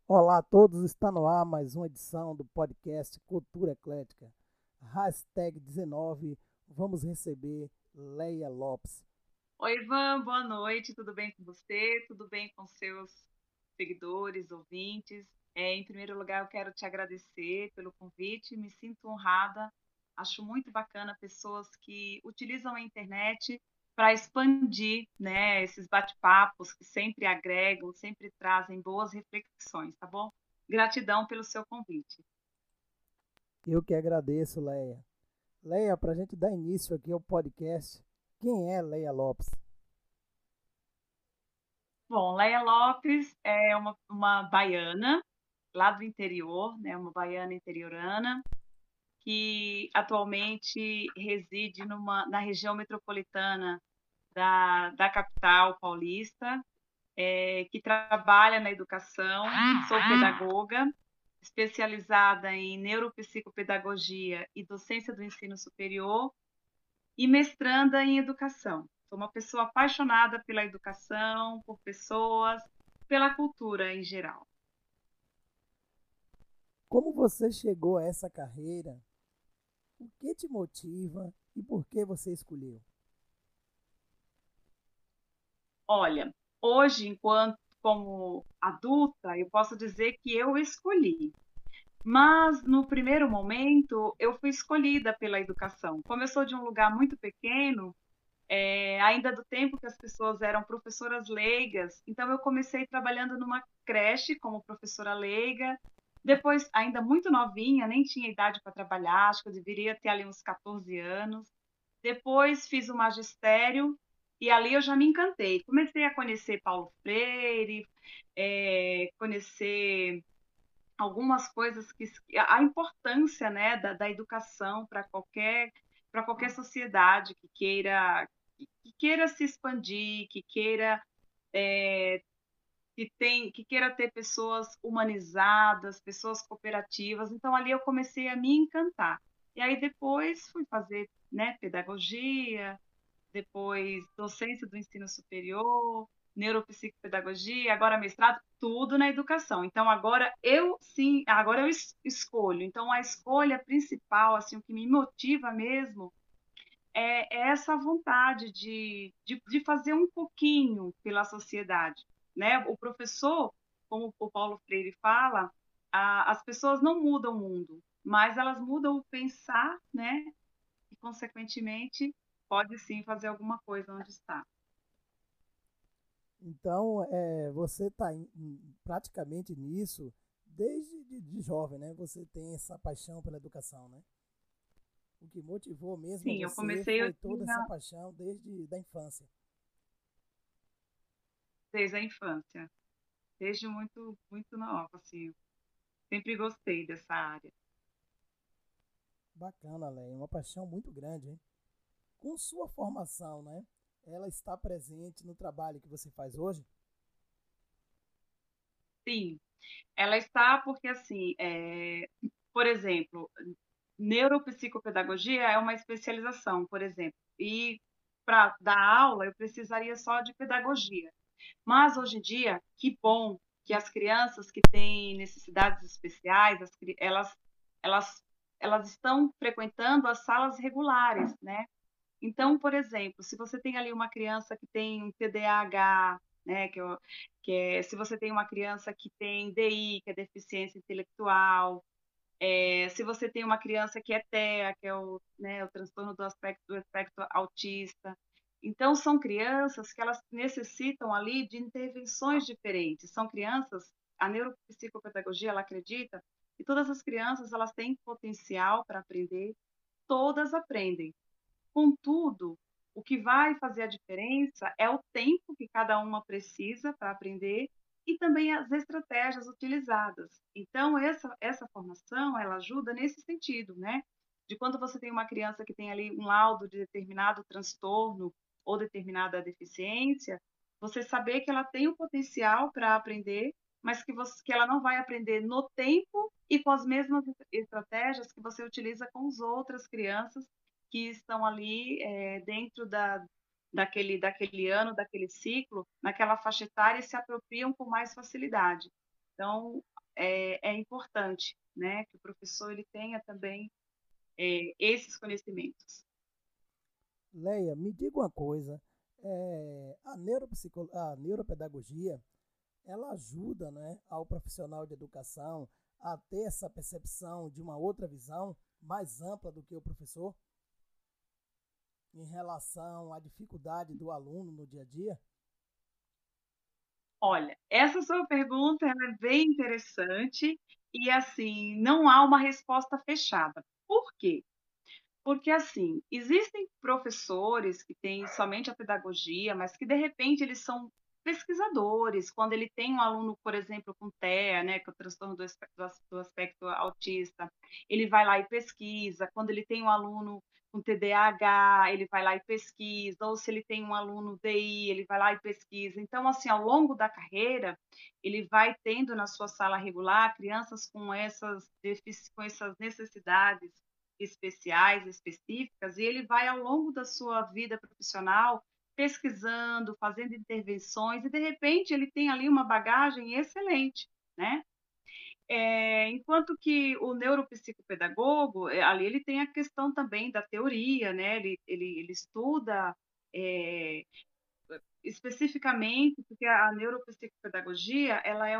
Olá a todos, está no ar mais uma edição do podcast Cultura Eclética. Hashtag 19, vamos receber Leia Lopes. Oi, Ivan, boa noite, tudo bem com você? Tudo bem com seus seguidores, ouvintes? Em primeiro lugar, eu quero te agradecer pelo convite, me sinto honrada, acho muito bacana pessoas que utilizam a internet para expandir, né, esses bate-papos que sempre agregam, sempre trazem boas reflexões, tá bom? Gratidão pelo seu convite. Eu que agradeço, Leia. Leia, para a gente dar início aqui ao podcast, quem é Leia Lopes? Bom, Leia Lopes é uma baiana lá do interior, né, uma baiana interiorana, que atualmente reside na região metropolitana da capital paulista, que trabalha na educação, sou pedagoga, especializada em neuropsicopedagogia e docência do ensino superior e mestranda em educação. Sou uma pessoa apaixonada pela educação, por pessoas, pela cultura em geral. Como você chegou a essa carreira? O que te motiva e por que você escolheu? Olha, hoje, enquanto como adulta, eu posso dizer que eu escolhi. Mas no primeiro momento eu fui escolhida pela educação. Como eu sou de um lugar muito pequeno, ainda do tempo que as pessoas eram professoras leigas, então eu comecei trabalhando numa creche como professora leiga. Depois, ainda muito novinha, nem tinha idade para trabalhar, acho que eu deveria ter ali uns 14 anos. Depois fiz o magistério e ali eu já me encantei. Comecei a conhecer Paulo Freire, conhecer algumas coisas que a importância, né, da educação para qualquer sociedade que queira se expandir, que queira que queira ter pessoas humanizadas, pessoas cooperativas. Então ali eu comecei a me encantar. E aí depois fui fazer, né, pedagogia, depois docência do ensino superior, neuropsicopedagogia, agora mestrado, tudo na educação. Então agora eu sim, agora eu escolho. Então a escolha principal, assim, o que me motiva mesmo é essa vontade de fazer um pouquinho pela sociedade, né? O professor, como o Paulo Freire fala, as pessoas não mudam o mundo, mas elas mudam o pensar, né? E, consequentemente, pode sim fazer alguma coisa onde está. Então, você está praticamente nisso desde de jovem, né? Você tem essa paixão pela educação, né? O que motivou mesmo Sim, eu você comecei, eu foi toda essa tinha paixão desde da infância. desde a infância, desde muito nova, assim, sempre gostei dessa área. Bacana, Léo, uma paixão muito grande, hein? Com sua formação, né? Ela está presente no trabalho que você faz hoje? Sim, ela está porque, assim, por exemplo, neuropsicopedagogia é uma especialização, por exemplo, e para dar aula eu precisaria só de pedagogia. Mas hoje em dia, que bom que as crianças que têm necessidades especiais, elas, elas estão frequentando as salas regulares, né? Então, por exemplo, se você tem ali uma criança que tem um TDAH, né, se você tem uma criança que tem DI, que é deficiência intelectual, se você tem uma criança que é TEA, que é né, o transtorno do espectro autista. Então, são crianças que elas necessitam ali de intervenções diferentes. São crianças, a neuropsicopedagogia, ela acredita que todas as crianças elas têm potencial para aprender, todas aprendem. Contudo, o que vai fazer a diferença é o tempo que cada uma precisa para aprender e também as estratégias utilizadas. Então, essa formação, ela ajuda nesse sentido, né? De quando você tem uma criança que tem ali um laudo de determinado transtorno ou determinada deficiência, você saber que ela tem o potencial para aprender, mas que ela não vai aprender no tempo e com as mesmas estratégias que você utiliza com as outras crianças que estão ali dentro daquele ano, daquele ciclo, naquela faixa etária e se apropriam com mais facilidade. Então, é importante, né, que o professor ele tenha também esses conhecimentos. Leia, me diga uma coisa, a neuropedagogia, ela ajuda, né, ao profissional de educação a ter essa percepção de uma outra visão mais ampla do que o professor em relação à dificuldade do aluno no dia a dia? Olha, essa sua pergunta ela é bem interessante e, assim, não há uma resposta fechada. Por quê? Porque, assim, existem professores que têm somente a pedagogia, mas que, de repente, eles são pesquisadores. Quando ele tem um aluno, por exemplo, com TEA, né, que é o transtorno do aspecto autista, ele vai lá e pesquisa. Quando ele tem um aluno com TDAH, ele vai lá e pesquisa. Ou se ele tem um aluno DI, ele vai lá e pesquisa. Então, assim, ao longo da carreira, ele vai tendo na sua sala regular crianças com essas necessidades especiais, específicas, e ele vai ao longo da sua vida profissional pesquisando, fazendo intervenções, e de repente ele tem ali uma bagagem excelente, né? Enquanto que o neuropsicopedagogo, ali ele tem a questão também da teoria, né? Ele estuda é, especificamente, porque a neuropsicopedagogia,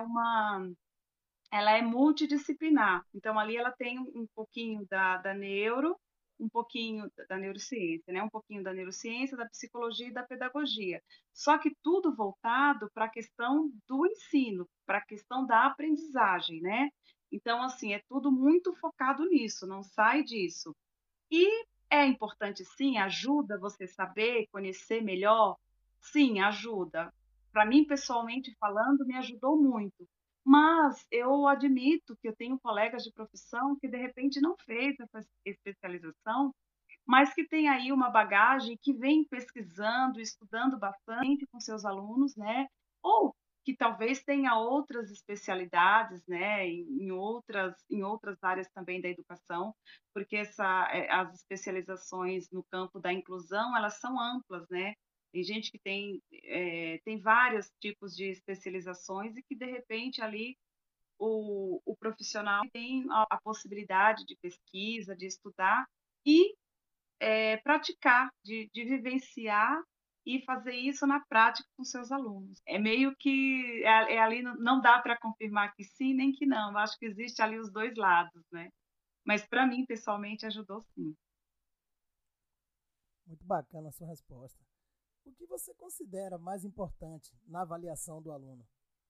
ela é multidisciplinar. Então, ali ela tem um pouquinho da neuro, um pouquinho da neurociência, né? Um pouquinho da neurociência, da psicologia e da pedagogia. Só que tudo voltado para a questão do ensino, para a questão da aprendizagem, né? Então, assim, é tudo muito focado nisso, não sai disso. E é importante sim, ajuda você saber, conhecer melhor? Sim, ajuda. Para mim, pessoalmente falando, me ajudou muito. Mas eu admito que eu tenho colegas de profissão que de repente não fez essa especialização, mas que tem aí uma bagagem, que vem pesquisando, estudando bastante com seus alunos, né? Ou que talvez tenha outras especialidades, né, em outras áreas também da educação, porque as especializações no campo da inclusão, elas são amplas, né? Tem gente que tem vários tipos de especializações e que, de repente, ali o profissional tem a possibilidade de pesquisa, de estudar e praticar, de vivenciar e fazer isso na prática com seus alunos. É meio que ali não dá para confirmar que sim nem que não. Eu acho que existe ali os dois lados, né? Mas para mim, pessoalmente, ajudou sim. Muito bacana a sua resposta. O que você considera mais importante na avaliação do aluno?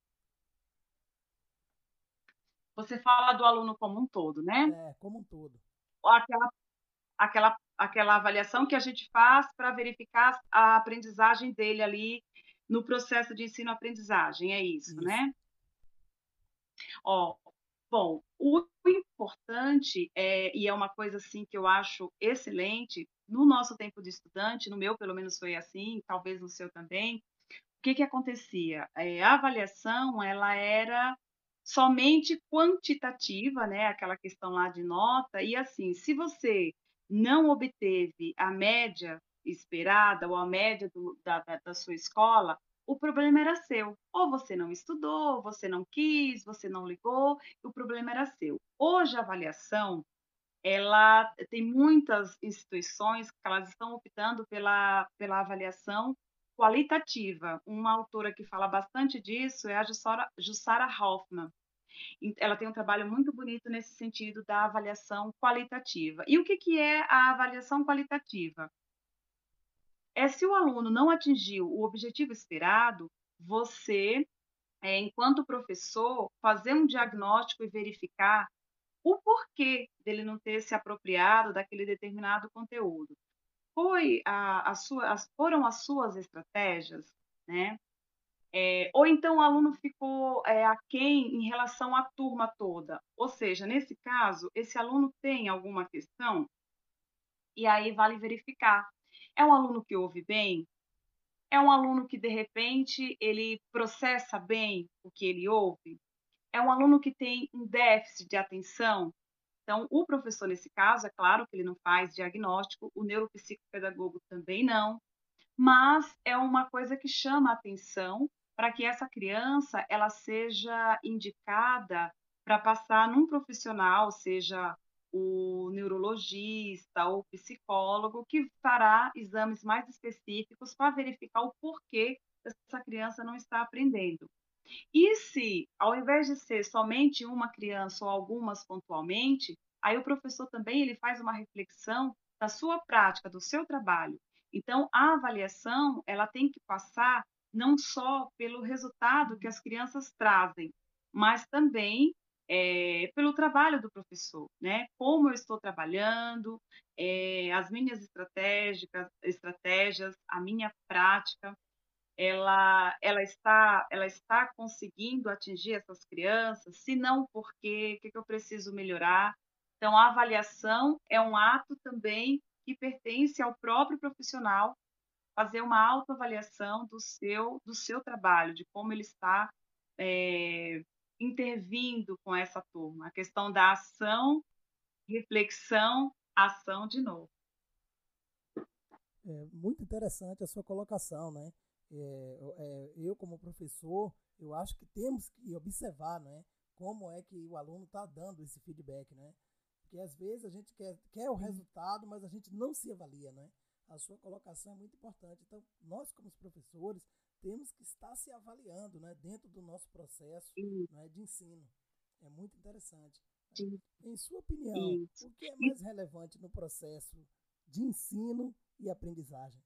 Você fala do aluno como um todo, né? É, como um todo. Ou aquela avaliação que a gente faz para verificar a aprendizagem dele ali no processo de ensino-aprendizagem, é isso, Isso. né? Ó, bom, o importante e é uma coisa assim que eu acho excelente, no nosso tempo de estudante, no meu pelo menos foi assim, talvez no seu também, o que que acontecia? A avaliação, ela era somente quantitativa, né, aquela questão lá de nota, e assim, se você não obteve a média esperada ou a média da sua escola, o problema era seu. Ou você não estudou, você não quis, você não ligou, o problema era seu. Hoje a avaliação, ela tem muitas instituições que elas estão optando pela avaliação qualitativa. Uma autora que fala bastante disso é a Jussara Hoffmann. Ela tem um trabalho muito bonito nesse sentido da avaliação qualitativa. E o que, que é a avaliação qualitativa? É se o aluno não atingiu o objetivo esperado, você, enquanto professor, fazer um diagnóstico e verificar o porquê dele não ter se apropriado daquele determinado conteúdo. Foram as suas estratégias, né? Ou então o aluno ficou aquém em relação à turma toda. Ou seja, nesse caso, esse aluno tem alguma questão e aí vale verificar. É um aluno que ouve bem? É um aluno que, de repente, ele processa bem o que ele ouve? É um aluno que tem um déficit de atenção? Então, o professor, nesse caso, é claro que ele não faz diagnóstico, o neuropsicopedagogo também não, mas é uma coisa que chama a atenção para que essa criança ela seja indicada para passar num profissional, seja o neurologista ou psicólogo, que fará exames mais específicos para verificar o porquê essa criança não está aprendendo. E se, ao invés de ser somente uma criança ou algumas pontualmente, aí o professor também ele faz uma reflexão da sua prática, do seu trabalho. Então, a avaliação, ela tem que passar não só pelo resultado que as crianças trazem, mas também pelo trabalho do professor, né? Como eu estou trabalhando, as minhas estratégias, a minha prática ela está conseguindo atingir essas crianças? Se não, por quê? O que que eu preciso melhorar? Então, a avaliação é um ato também que pertence ao próprio profissional fazer uma autoavaliação do seu trabalho, de como ele está eh, intervindo com essa turma. A questão da ação, reflexão, ação de novo. É muito interessante a sua colocação, né? Eu, como professor, eu acho que temos que observar, né? Como é que o aluno está dando esse feedback, né? Porque às vezes a gente quer o resultado, mas a gente não se avalia, né? A sua colocação é muito importante. Então, nós, como professores, temos que estar se avaliando, né? Dentro do nosso processo, Isso, né? De ensino. É muito interessante. Né? isso, Em sua opinião, isso. o que é E, mais relevante no processo de ensino e aprendizagem?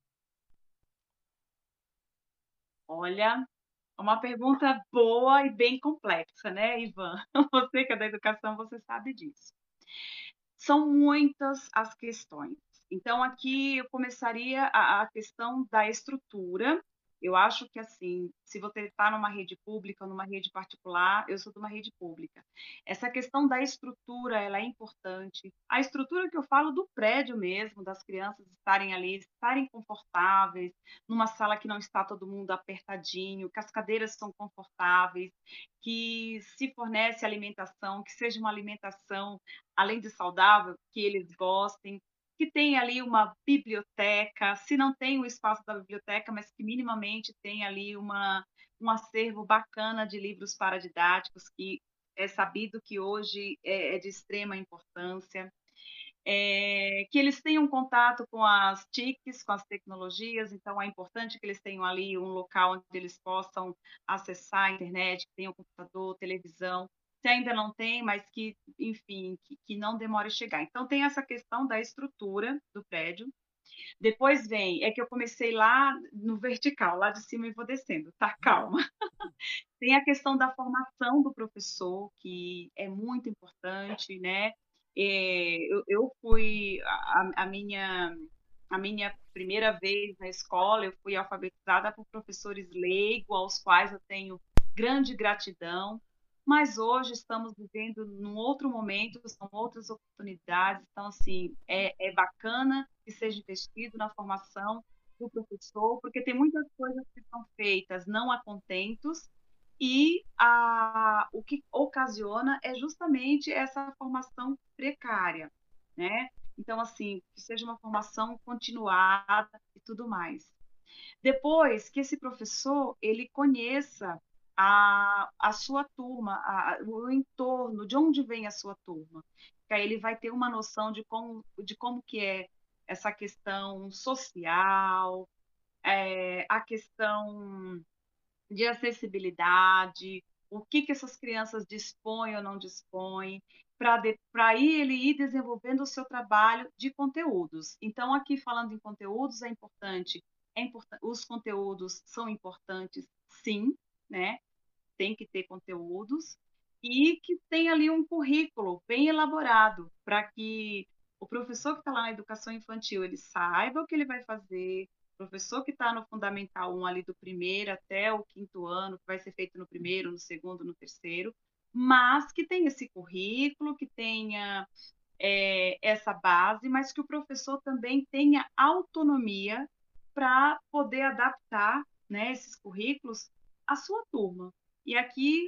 olha, uma pergunta boa e bem complexa, né, Ivan? Você que é da educação, você sabe disso. São muitas as questões. Então, aqui eu começaria a questão da estrutura. Eu acho que, assim, se você está numa rede pública ou numa rede particular, eu sou de uma rede pública. Essa questão da estrutura, ela é importante. A estrutura que eu falo do prédio mesmo, das crianças estarem ali, estarem confortáveis, numa sala que não está todo mundo apertadinho, que as cadeiras são confortáveis, que se fornece alimentação, que seja uma alimentação além de saudável, que eles gostem, que tenha ali uma biblioteca, se não tem o espaço da biblioteca, mas que minimamente tenha ali um acervo bacana de livros paradidáticos, que é sabido que hoje é de extrema importância. Que eles tenham contato com as TICs, com as tecnologias, então é importante que eles tenham ali um local onde eles possam acessar a internet, que tenham computador, televisão, se ainda não tem, mas que, enfim, que não demore a chegar. Então tem essa questão da estrutura do prédio. Depois vem, é que eu comecei lá no vertical, lá de cima e vou descendo, tá? Calma. Tem a questão da formação do professor, que é muito importante, né? Eu fui a minha primeira vez na escola, eu fui alfabetizada por professores leigos, aos quais eu tenho grande gratidão, mas hoje estamos vivendo num outro momento, são outras oportunidades, então, assim, é bacana que seja investido na formação do professor, porque tem muitas coisas que são feitas não a contentos, e o que ocasiona é justamente essa formação precária, né? Então, assim, que seja uma formação continuada e tudo mais. Depois que esse professor ele conheça a sua turma, o entorno, de onde vem a sua turma, que aí ele vai ter uma noção de como que é essa questão social, a questão de acessibilidade, o que que essas crianças dispõem ou não dispõem, para aí ele ir desenvolvendo o seu trabalho de conteúdos. Então, aqui falando em conteúdos, os conteúdos são importantes, sim, né? Tem que ter conteúdos e que tem ali um currículo bem elaborado para que o professor que está lá na educação infantil ele saiba o que ele vai fazer, o professor que está no Fundamental 1 ali do primeiro até o quinto ano, que vai ser feito no primeiro, no segundo, no terceiro, mas que tenha esse currículo, que tenha essa base, mas que o professor também tenha autonomia para poder adaptar, né, esses currículos à sua turma. E aqui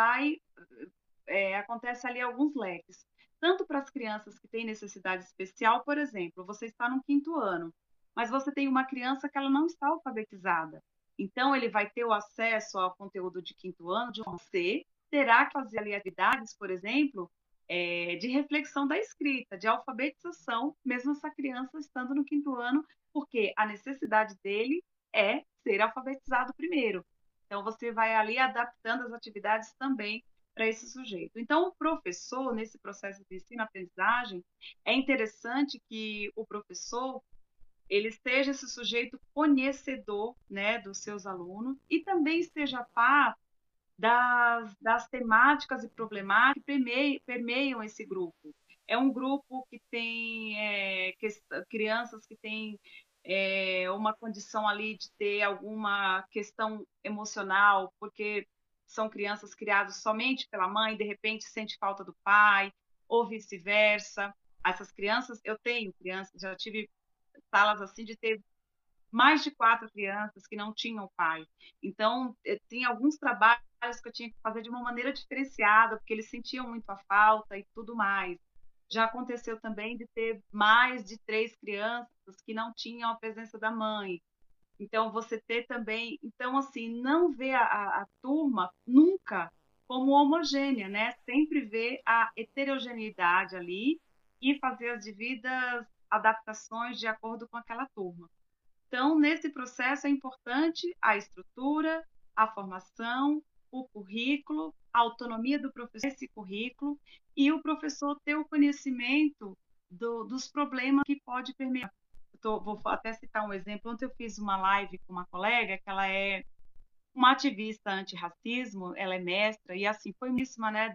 acontece ali alguns leques. Tanto para as crianças que têm necessidade especial, por exemplo, você está no quinto ano, mas você tem uma criança que ela não está alfabetizada. Então, ele vai ter o acesso ao conteúdo de quinto ano de forma C, terá que fazer ali atividades, por exemplo, de reflexão da escrita, de alfabetização, mesmo essa criança estando no 5º ano, porque a necessidade dele é ser alfabetizado primeiro. Então, você vai ali adaptando as atividades também para esse sujeito. Então, o professor, nesse processo de ensino-aprendizagem, é interessante que o professor ele seja esse sujeito conhecedor, né, dos seus alunos e também esteja a par das temáticas e problemáticas que permeiam esse grupo. É um grupo que tem crianças que têm uma condição ali de ter alguma questão emocional, porque são crianças criadas somente pela mãe, de repente sente falta do pai, ou vice-versa. Essas crianças, eu tenho crianças, já tive salas assim de ter mais de 4 crianças que não tinham pai. Então, tinha alguns trabalhos que eu tinha que fazer de uma maneira diferenciada, porque eles sentiam muito a falta e tudo mais. Já aconteceu também de ter mais de 3 crianças que não tinham a presença da mãe. Então, você ter também. Então, assim, não ver a turma nunca como homogênea, né? Sempre ver a heterogeneidade ali e fazer as devidas adaptações de acordo com aquela turma. Então, nesse processo é importante a estrutura, a formação, o currículo, a autonomia do professor esse currículo e o professor ter o conhecimento dos problemas que pode permear. Vou até citar um exemplo. Ontem eu fiz uma live com uma colega que ela é uma ativista antirracismo, ela é mestra, e assim, foi muitíssima, né,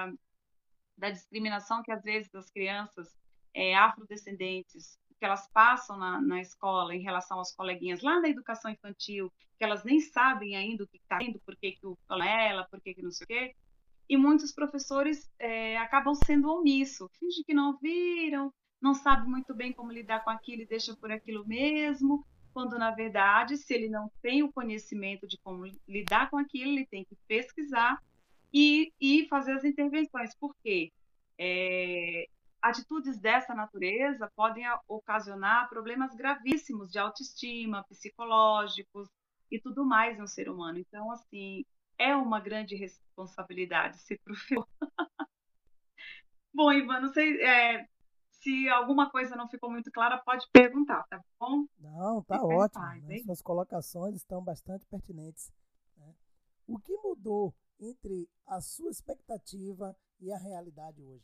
da discriminação que às vezes as crianças afrodescendentes que elas passam na escola em relação aos coleguinhas lá na educação infantil, que elas nem sabem ainda o que está vendo, por que o ela, por que não sei o quê, e muitos professores acabam sendo omissos, fingem que não viram, não sabem muito bem como lidar com aquilo e deixam por aquilo mesmo, quando na verdade, se ele não tem o conhecimento de como lidar com aquilo, ele tem que pesquisar e fazer as intervenções, porque é, atitudes dessa natureza podem ocasionar problemas gravíssimos de autoestima, psicológicos e tudo mais no ser humano. Então, assim, é uma grande responsabilidade ser professor. Bom, Ivan, não sei se alguma coisa não ficou muito clara, pode perguntar, tá bom? Não, tá Fica em ótimo, paz, né? hein? Suas colocações estão bastante pertinentes, né? O que mudou entre a sua expectativa e a realidade hoje?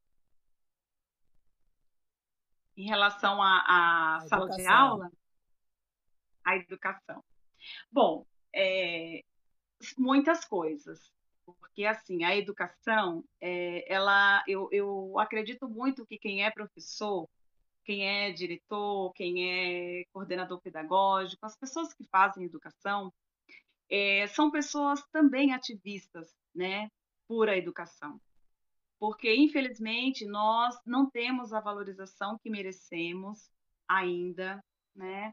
Em relação à A sala de educação. aula, à educação. Bom, é, muitas coisas, porque assim a educação, eu acredito muito que quem é professor, quem é diretor, quem é coordenador pedagógico, as pessoas que fazem educação, são pessoas também ativistas, né, por a educação, porque infelizmente nós não temos a valorização que merecemos ainda, né?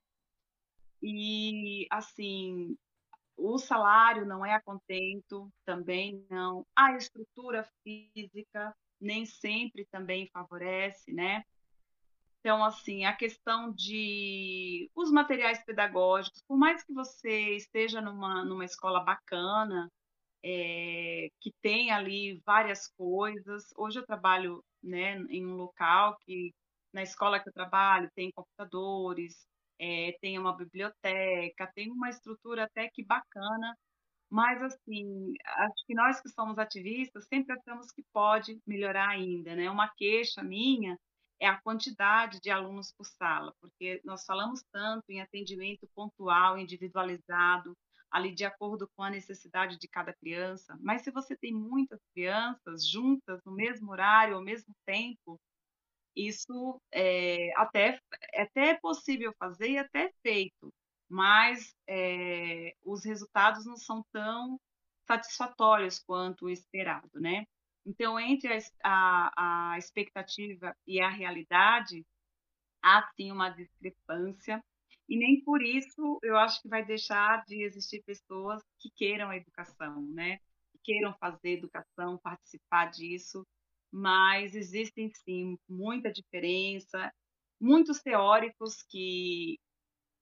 E assim, o salário não é a contento, também não. A estrutura física nem sempre também favorece, né? Então, assim, a questão de os materiais pedagógicos, por mais que você esteja numa escola bacana, que tem ali várias coisas. Hoje eu trabalho, né, em um local que, na escola que eu trabalho, tem computadores, tem uma biblioteca, tem uma estrutura até que bacana, mas, assim, acho que nós que somos ativistas sempre achamos que pode melhorar ainda, né. Uma queixa minha é a quantidade de alunos por sala, porque nós falamos tanto em atendimento pontual, individualizado, ali de acordo com a necessidade de cada criança, mas se você tem muitas crianças juntas no mesmo horário, ao mesmo tempo, isso é até possível fazer e até é feito, mas, os resultados não são tão satisfatórios quanto o esperado, né. Então entre a expectativa e a realidade, há sim uma discrepância, e nem por isso eu acho que vai deixar de existir pessoas que queiram a educação, né, que queiram fazer educação, participar disso, mas existem sim muita diferença, muitos teóricos que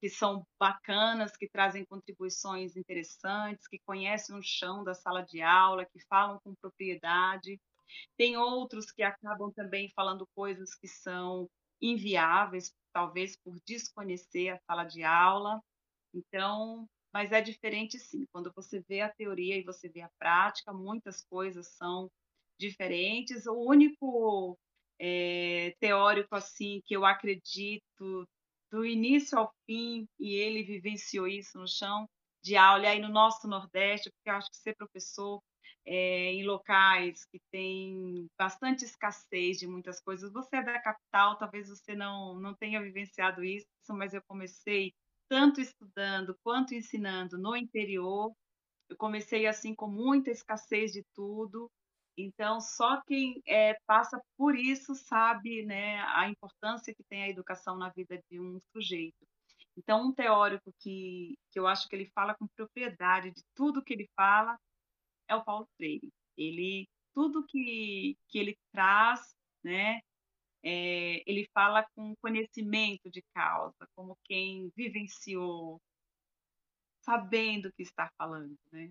que são bacanas, que trazem contribuições interessantes, que conhecem o chão da sala de aula, que falam com propriedade. Tem outros que acabam também falando coisas que são inviáveis, talvez por desconhecer a sala de aula. Então, mas é diferente sim, quando você vê a teoria e você vê a prática, muitas coisas são diferentes. O único, teórico, assim, que eu acredito do início ao fim, e ele vivenciou isso no chão de aula, e aí no nosso Nordeste, porque eu acho que ser professor, em locais que tem bastante escassez de muitas coisas, você é da capital, talvez você não tenha vivenciado isso, mas eu comecei tanto estudando quanto ensinando no interior. Eu comecei assim com muita escassez de tudo, então só quem, passa por isso sabe, né, a importância que tem a educação na vida de um sujeito. Então um teórico que eu acho que ele fala com propriedade de tudo que ele fala é o Paulo Freire. Ele tudo que ele traz, né, ele fala com conhecimento de causa, como quem vivenciou, sabendo o que está falando, né.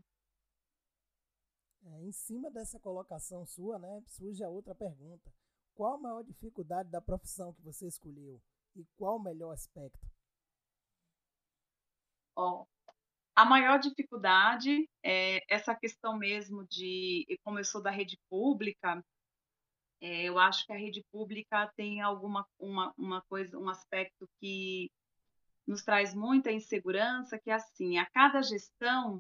Em cima dessa colocação sua, né, surge a outra pergunta. Qual a maior dificuldade da profissão que você escolheu? E qual o melhor aspecto? Ó, a maior dificuldade é essa questão mesmo de e como eu sou da rede pública, eu acho que a rede pública tem alguma uma coisa um aspecto que nos traz muita insegurança, que é assim, a cada gestão,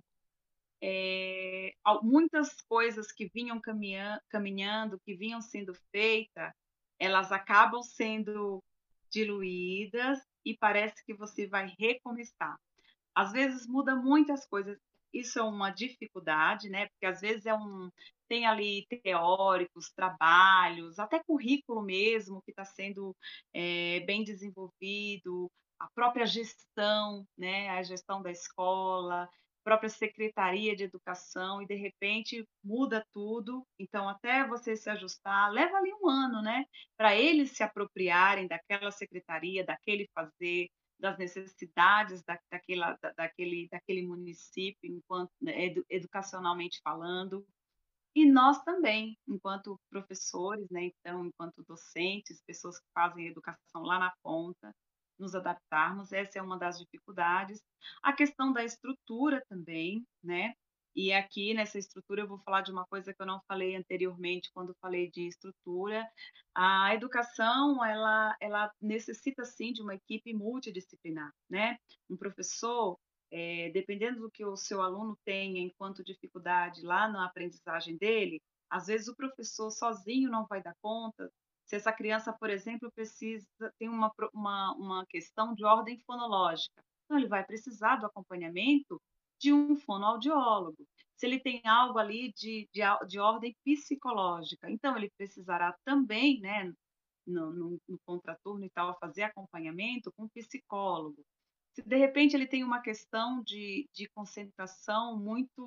muitas coisas que vinham caminhando, que vinham sendo feitas, elas acabam sendo diluídas e parece que você vai recomeçar. Às vezes muda muitas coisas. Isso é uma dificuldade, né? Porque às vezes tem ali teóricos, trabalhos, até currículo mesmo que está sendo bem desenvolvido, a própria gestão, né? A gestão da escola, própria secretaria de educação e de repente muda tudo. Então até você se ajustar leva ali um ano, né? Para eles se apropriarem daquela secretaria, daquele fazer, das necessidades daquele município, enquanto né, educacionalmente falando, e nós também, enquanto professores, né, então, enquanto docentes, pessoas que fazem educação lá na ponta, nos adaptarmos, essa é uma das dificuldades. A questão da estrutura também, né? E aqui nessa estrutura eu vou falar de uma coisa que eu não falei anteriormente quando falei de estrutura. A educação, ela necessita sim de uma equipe multidisciplinar, né? Um professor dependendo do que o seu aluno tenha enquanto dificuldade lá na aprendizagem dele, às vezes o professor sozinho não vai dar conta. Se essa criança, por exemplo, tem uma questão de ordem fonológica, então ele vai precisar do acompanhamento de um fonoaudiólogo. Se ele tem algo ali de ordem psicológica, então ele precisará também, né, no contraturno e tal, fazer acompanhamento com um psicólogo. Se de repente ele tem uma questão de concentração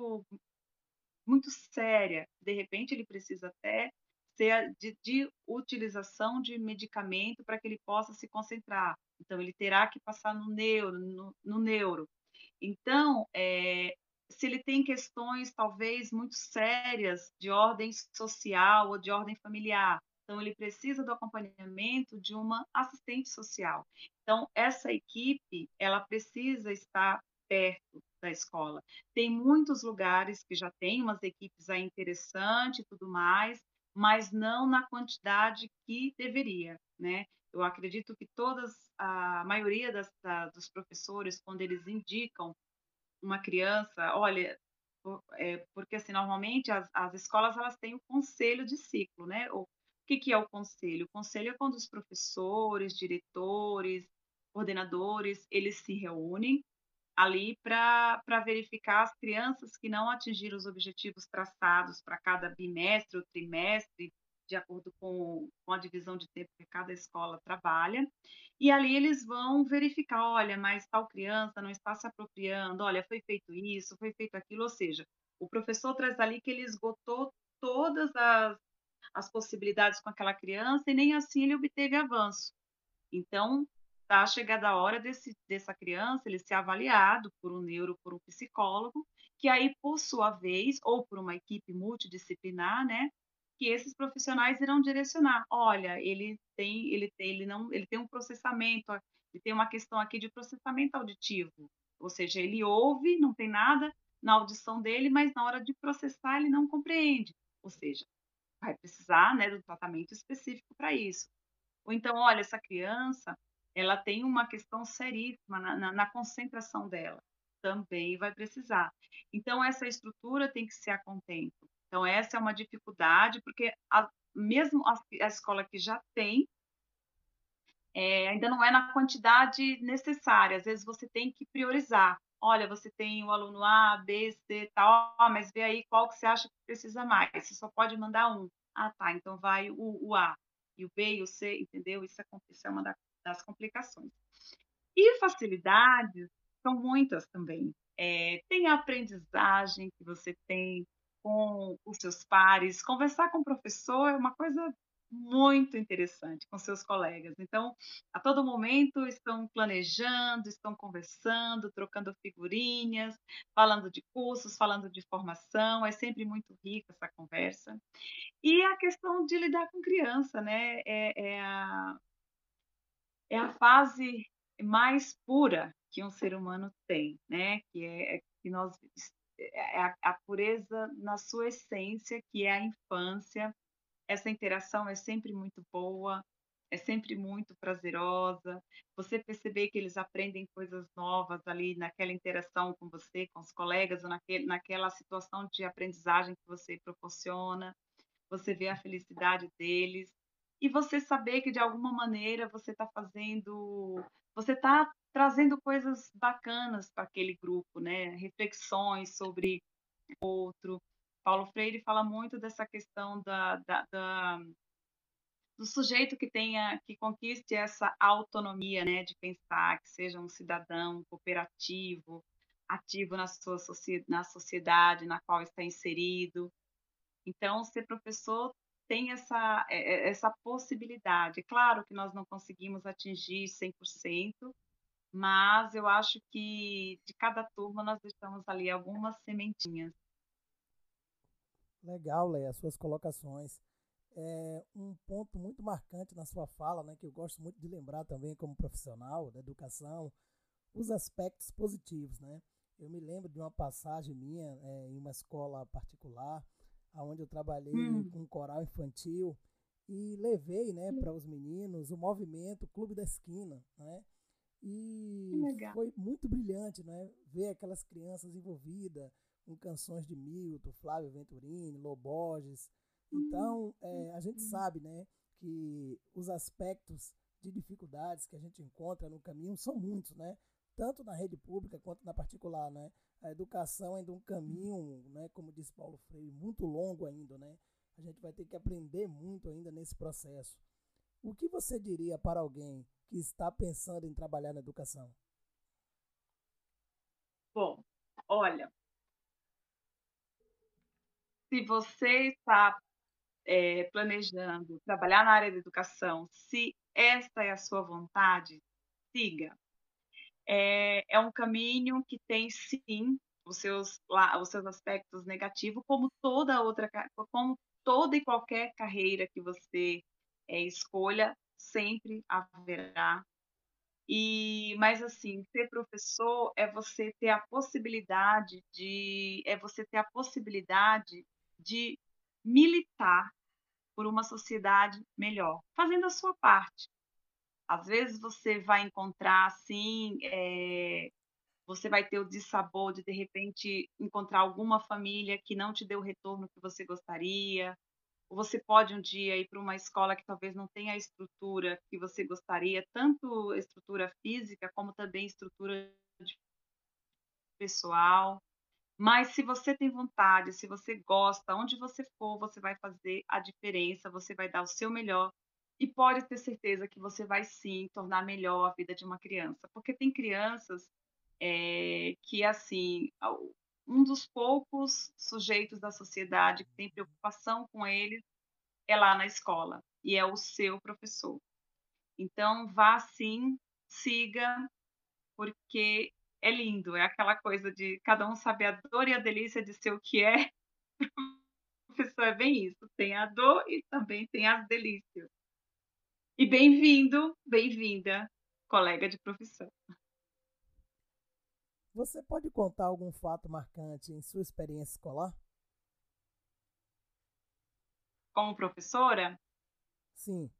muito séria, de repente ele precisa até de utilização de medicamento para que ele possa se concentrar. Então ele terá que passar no neuro. Então, se ele tem questões talvez muito sérias de ordem social ou de ordem familiar, então ele precisa do acompanhamento de uma assistente social. Então, essa equipe, ela precisa estar perto da escola. Tem muitos lugares que já tem umas equipes aí interessantes e tudo mais, mas não na quantidade que deveria, né? Eu acredito que a maioria dos professores, quando eles indicam uma criança, olha, porque assim, normalmente as escolas elas têm o conselho de ciclo, né? O que é o conselho? O conselho é quando os professores, diretores, coordenadores, eles se reúnem ali para verificar as crianças que não atingiram os objetivos traçados para cada bimestre ou trimestre, de acordo com a divisão de tempo que cada escola trabalha. E ali eles vão verificar, olha, mas tal criança não está se apropriando, olha, foi feito isso, foi feito aquilo, ou seja, o professor traz ali que ele esgotou todas as possibilidades com aquela criança e nem assim ele obteve avanço. Então, tá chegada a hora dessa criança ele ser avaliado por um neuro, por um psicólogo, que aí, por sua vez, ou por uma equipe multidisciplinar, né, que esses profissionais irão direcionar: "Olha, ele tem um processamento, ele tem uma questão aqui de processamento auditivo", ou seja, ele ouve, não tem nada na audição dele, mas na hora de processar ele não compreende, ou seja, vai precisar, né, do tratamento específico para isso. Ou então: "Olha, essa criança, ela tem uma questão seríssima na concentração dela", também vai precisar. Então essa estrutura tem que ser a contento. Então essa é uma dificuldade, porque mesmo a escola que já tem, ainda não é na quantidade necessária, às vezes você tem que priorizar. Olha, você tem o aluno A, B, C, tal, mas vê aí qual que você acha que precisa mais, você só pode mandar um. Ah, tá, então vai o A, e o B e o C, entendeu? Isso é uma das complicações. E facilidades são muitas também. Tem a aprendizagem que você tem com os seus pares, conversar com o professor é uma coisa muito interessante com seus colegas. Então, a todo momento estão planejando, estão conversando, trocando figurinhas, falando de cursos, falando de formação, é sempre muito rica essa conversa. E a questão de lidar com criança, né, é a fase mais pura que um ser humano tem, né, que nós é a pureza na sua essência, que é a infância. Essa interação é sempre muito boa, é sempre muito prazerosa. Você perceber que eles aprendem coisas novas ali naquela interação com você, com os colegas, ou naquela situação de aprendizagem que você proporciona, você vê a felicidade deles, e você saber que de alguma maneira você está trazendo coisas bacanas para aquele grupo, né, reflexões sobre outro. Paulo Freire fala muito dessa questão do sujeito que conquiste essa autonomia, né, de pensar, que seja um cidadão cooperativo, ativo na sociedade na qual está inserido. Então, ser professor tem essa possibilidade. Claro que nós não conseguimos atingir 100%, mas eu acho que de cada turma nós deixamos ali algumas sementinhas. Legal, Leia, as suas colocações. Um ponto muito marcante na sua fala, né, que eu gosto muito de lembrar também como profissional da educação, os aspectos positivos, né? Eu me lembro de uma passagem minha em uma escola particular, onde eu trabalhei Hum, com um coral infantil e levei, né, para os meninos o movimento Clube da Esquina, né? que E legal. foi muito brilhante, né? Ver aquelas crianças envolvidas com canções de Milton, Flávio Venturini, Lô Borges. Hum, Então, a gente hum, sabe, né, que os aspectos de dificuldades que a gente encontra no caminho são muitos, né? Tanto na rede pública quanto na particular, né? A educação é ainda um caminho, né, como disse Paulo Freire, muito longo ainda, né? A gente vai ter que aprender muito ainda nesse processo. O que você diria para alguém que está pensando em trabalhar na educação? Bom, olha, se você está planejando trabalhar na área da educação, se esta é a sua vontade, siga. É um caminho que tem sim os seus aspectos negativos, como toda e qualquer carreira que você escolha, sempre haverá. Mas assim, ser professor é você ter a possibilidade de militar por uma sociedade melhor, fazendo a sua parte. Às vezes você vai encontrar assim, você vai ter o dissabor de repente encontrar alguma família que não te deu o retorno que você gostaria, ou você pode um dia ir para uma escola que talvez não tenha a estrutura que você gostaria, tanto estrutura física como também estrutura de pessoal. Mas se você tem vontade, se você gosta, onde você for, você vai fazer a diferença, você vai dar o seu melhor e pode ter certeza que você vai sim tornar melhor a vida de uma criança, porque tem crianças que assim, um dos poucos sujeitos da sociedade que tem preocupação com eles é lá na escola e é o seu professor. Então vá sim, siga, porque é lindo, é aquela coisa de cada um sabe a dor e a delícia de ser o que é. Professor é bem isso, tem a dor e também tem as delícias. E bem-vindo, bem-vinda, colega de profissão. Você pode contar algum fato marcante em sua experiência escolar? Como professora, Sim.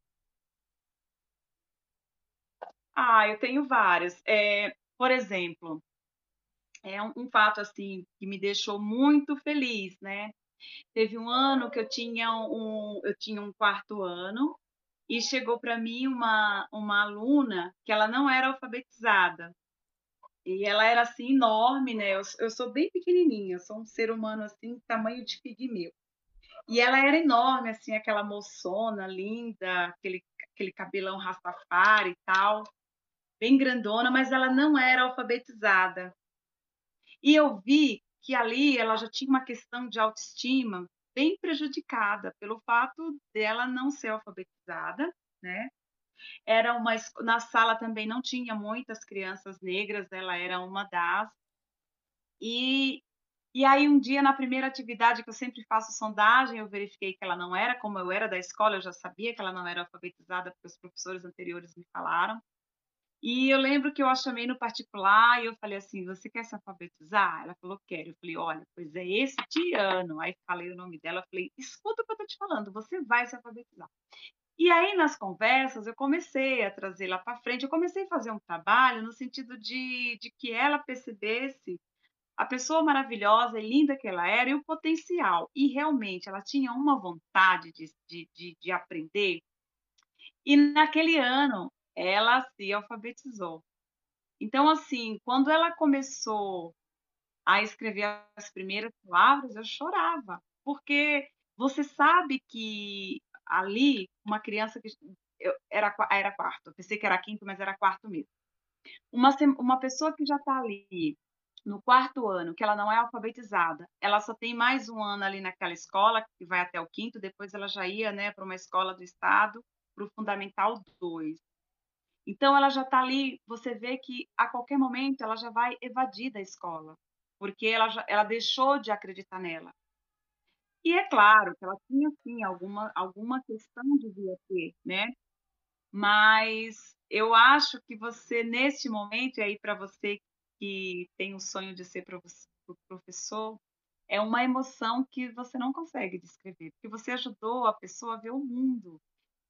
eu tenho vários. Por exemplo, é um fato, assim, que me deixou muito feliz, né. Teve um ano que eu tinha um quarto ano, e chegou para mim uma aluna que ela não era alfabetizada, e ela era, assim, enorme, né, eu sou bem pequenininha, eu sou um ser humano, assim, tamanho de pigmeu. E ela era enorme, assim, aquela moçona linda, aquele cabelão rastafari e tal, bem grandona, mas ela não era alfabetizada. E eu vi que ali ela já tinha uma questão de autoestima bem prejudicada pelo fato dela não ser alfabetizada, né. Era uma esco Na sala também não tinha muitas crianças negras, ela era uma das. E e aí um dia na primeira atividade que eu sempre faço sondagem, eu verifiquei que ela não era, como eu era da escola, eu já sabia que ela não era alfabetizada, porque os professores anteriores me falaram. E eu lembro que eu a chamei no particular e eu falei assim: "Você quer se alfabetizar?" Ela falou: "Quero". Eu falei: "Olha, pois é este ano". Aí falei o nome dela, falei: "Escuta o que eu tô te falando, você vai se alfabetizar". E aí nas conversas eu comecei a trazê-la para frente, eu comecei a fazer um trabalho no sentido de que ela percebesse a pessoa maravilhosa e linda que ela era e o potencial. E realmente ela tinha uma vontade de aprender, e naquele ano ela se alfabetizou. Então, assim, quando ela começou a escrever as primeiras palavras, eu chorava, porque você sabe que ali uma criança que era quarto, eu pensei que era quinto, mas era quarto mesmo. Uma pessoa que já está ali no quarto ano, que ela não é alfabetizada, ela só tem mais um ano ali naquela escola, que vai até o quinto, depois ela já ia, né, para uma escola do estado, para o Fundamental 2. Então ela já está ali, você vê que a qualquer momento ela já vai evadir da escola, porque ela deixou de acreditar nela. E é claro que ela tinha sim alguma questão devia ter, né, mas eu acho que você neste momento, e aí para você que tem o sonho de ser professor, é uma emoção que você não consegue descrever, porque você ajudou a pessoa a ver o mundo.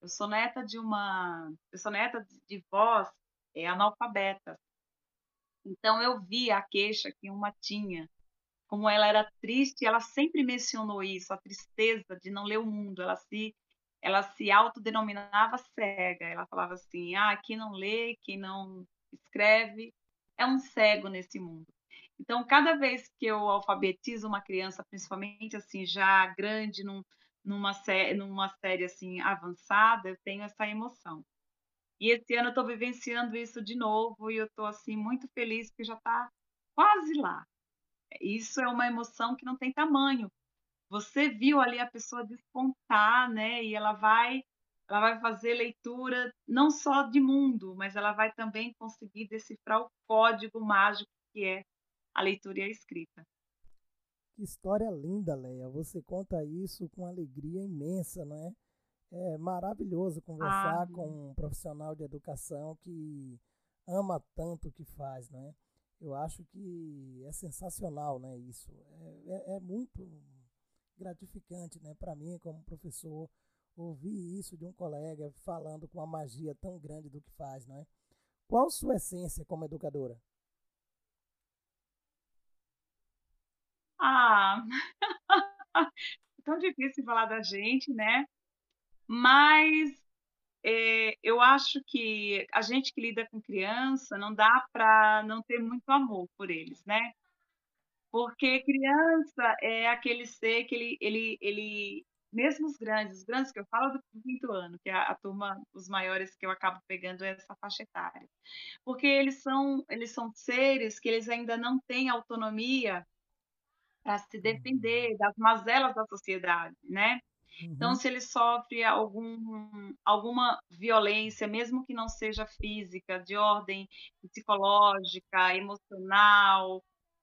Eu sou neta de vós, analfabetas, então eu vi a queixa que uma tinha, como ela era triste, ela sempre mencionou isso, a tristeza de não ler o mundo, ela se autodenominava cega, ela falava assim: "Ah, quem não lê, quem não escreve, é um cego nesse mundo". Então, cada vez que eu alfabetizo uma criança, principalmente, assim, já grande, numa série, assim, avançada, eu tenho essa emoção. E esse ano eu estou vivenciando isso de novo e eu estou, assim, muito feliz, porque já está quase lá. Isso é uma emoção que não tem tamanho. Você viu ali a pessoa despontar, né, e ela vai fazer leitura não só de mundo, mas ela vai também conseguir decifrar o código mágico que é a leitura e a escrita. Que história linda, Leia. Você conta isso com alegria imensa, não é? É maravilhoso Ah, conversar com um profissional de educação que ama tanto o que faz, né? Eu acho que é sensacional, né? Isso é muito gratificante, né? Para mim, como professor, ouvir isso de um colega falando com uma magia tão grande do que faz, não é? Qual sua essência como educadora? ah, é tão difícil falar da gente, né, mas, eu acho que a gente que lida com criança não dá para não ter muito amor por eles, né. Porque criança é aquele ser que ele mesmo os grandes que eu falo do quinto ano, que é a turma os maiores que eu acabo pegando essa faixa etária. Porque eles são seres que eles ainda não têm autonomia para se Uhum. defender das mazelas da sociedade, né. Então, se ele sofre alguma violência, mesmo que não seja física, de ordem psicológica, emocional,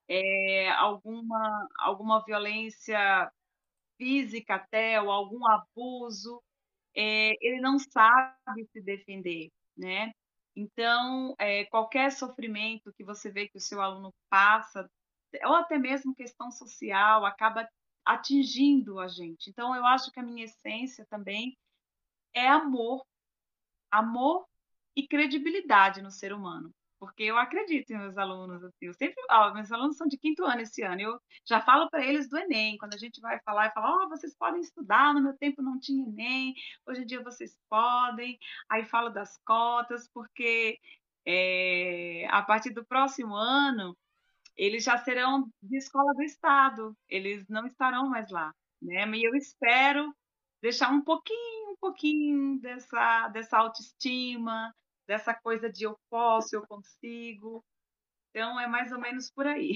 alguma violência física até, ou algum abuso, ele não sabe se defender, né. Então, qualquer sofrimento que você vê que o seu aluno passa, ou até mesmo questão social, acaba atingindo a gente. Então eu acho que a minha essência também é amor, amor e credibilidade no ser humano, porque eu acredito em meus alunos, assim, eu sempre meus alunos são de 5º ano esse ano, eu já falo para eles do Enem, quando a gente vai falar, eu falo: "Ó, vocês podem estudar, no meu tempo não tinha Enem, hoje em dia vocês podem", aí falo das cotas, porque, a partir do próximo ano, eles já serão de escola do estado, eles não estarão mais lá, né, e eu espero deixar um pouquinho dessa autoestima, dessa coisa de eu posso, eu consigo, então é mais ou menos por aí.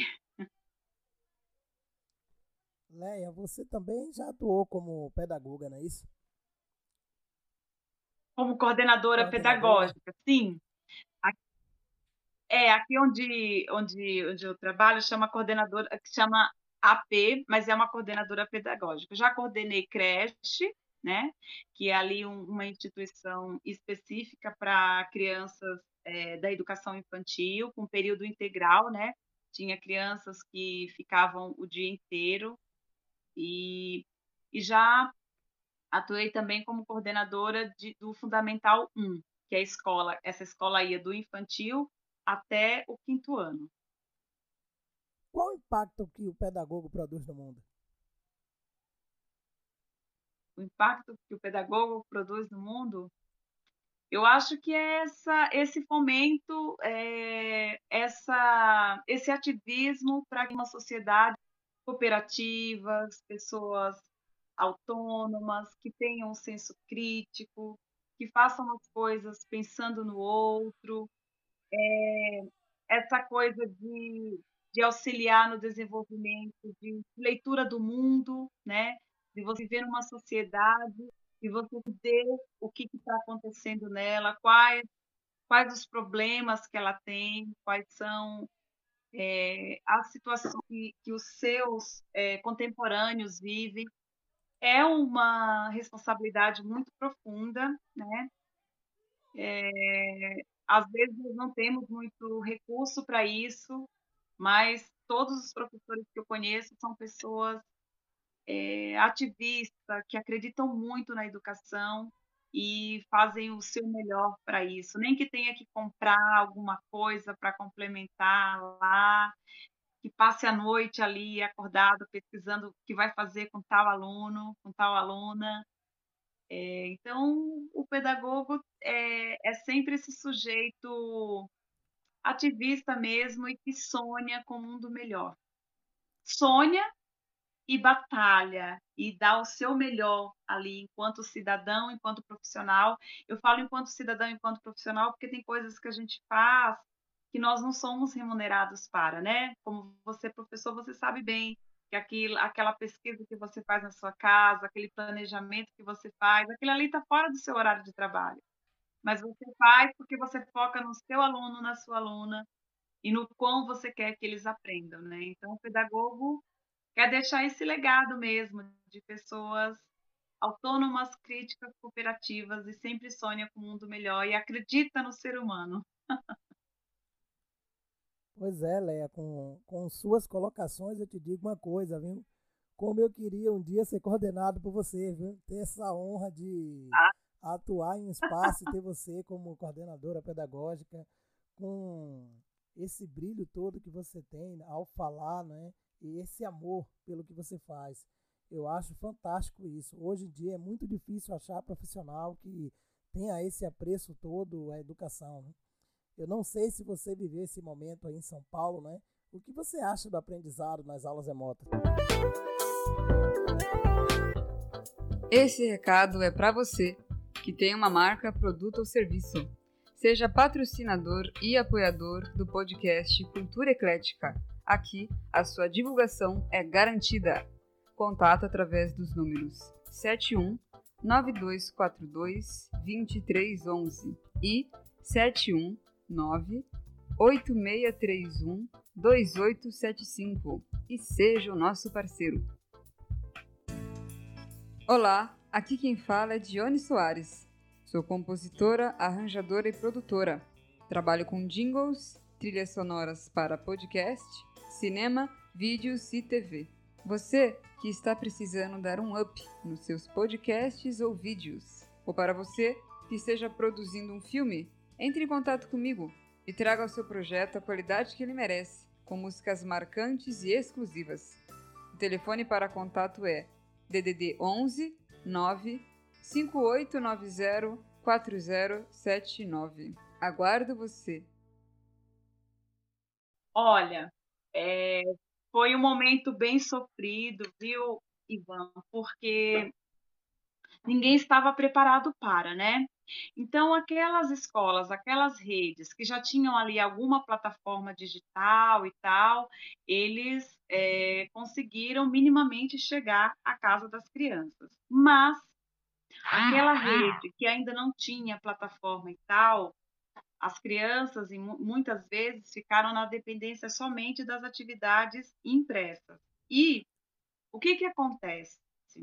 Leia, você também já atuou como pedagoga, não é isso? Como coordenadora Coordenadora? pedagógica, sim. Aqui onde eu trabalho chama coordenadora, que chama AP, mas é uma coordenadora pedagógica. Eu já coordenei creche, né, que é ali uma instituição específica para crianças, da educação infantil, com período integral, né, tinha crianças que ficavam o dia inteiro, e já atuei também como coordenadora do Fundamental 1, que é a escola, essa escola ia do infantil até o 5º ano. Qual o impacto que o pedagogo produz no mundo? O impacto que o pedagogo produz no mundo, eu acho que é esse fomento, esse ativismo para que uma sociedade cooperativas, pessoas autônomas, que tenham um senso crítico, que façam as coisas pensando no outro, essa coisa de auxiliar no desenvolvimento de leitura do mundo, né, de você viver numa sociedade e você ver o que está acontecendo nela, quais os problemas que ela tem, quais são, as situações que os seus, contemporâneos vivem. É uma responsabilidade muito profunda, né, às vezes nós não temos muito recurso para isso, mas todos os professores que eu conheço são pessoas, ativistas, que acreditam muito na educação e fazem o seu melhor para isso, nem que tenha que comprar alguma coisa para complementar lá, que passe a noite ali acordado pesquisando o que vai fazer com tal aluno, com tal aluna. Então o pedagogo é sempre esse sujeito ativista mesmo e que sonha com um mundo melhor. Sonha e batalha, e dá o seu melhor ali enquanto cidadão, enquanto profissional. Eu falo enquanto cidadão, enquanto profissional, porque tem coisas que a gente faz que nós não somos remunerados para, né. Como você é professor, você sabe bem que aquela pesquisa que você faz na sua casa, aquele planejamento que você faz, aquilo ali está fora do seu horário de trabalho, mas você faz porque você foca no seu aluno, na sua aluna, e no quão você quer que eles aprendam, né. Então o pedagogo quer deixar esse legado mesmo de pessoas autônomas, críticas, cooperativas e sempre sonha com um mundo melhor e acredita no ser humano. Pois é, Leia, com suas colocações eu te digo uma coisa, viu? Como eu queria um dia ser coordenado por você, viu? Ter essa honra de Ah, atuar em um espaço e ter você como coordenadora pedagógica, com esse brilho todo que você tem ao falar, né? E esse amor pelo que você faz. Eu acho fantástico isso. Hoje em dia é muito difícil achar profissional que tenha esse apreço todo à educação, né? Eu não sei se você viveu esse momento aí em São Paulo, né? O que você acha do aprendizado nas aulas remotas? Esse recado é para você que tem uma marca, produto ou serviço. Seja patrocinador e apoiador do podcast Cultura Eclética. Aqui, a sua divulgação é garantida. Contato através dos números 71 9242 2311 e 719 8631 2875 e seja o nosso parceiro. Olá, aqui quem fala é Dione Soares. Sou compositora, arranjadora e produtora. Trabalho com jingles, trilhas sonoras para podcast, cinema, vídeos e TV. Você que está precisando dar um up nos seus podcasts ou vídeos, ou para você que esteja produzindo um filme, entre em contato comigo e traga ao seu projeto a qualidade que ele merece, com músicas marcantes e exclusivas. O telefone para contato é DDD 11 9 5890 4079. Aguardo você. Olha, foi um momento bem sofrido, viu, Ivan? Porque ninguém estava preparado para, né? Então, aquelas escolas, aquelas redes que já tinham ali alguma plataforma digital e tal, eles conseguiram minimamente chegar à casa das crianças. Mas aquela rede que ainda não tinha plataforma e tal, as crianças, muitas vezes, ficaram na dependência somente das atividades impressas. E o que acontece?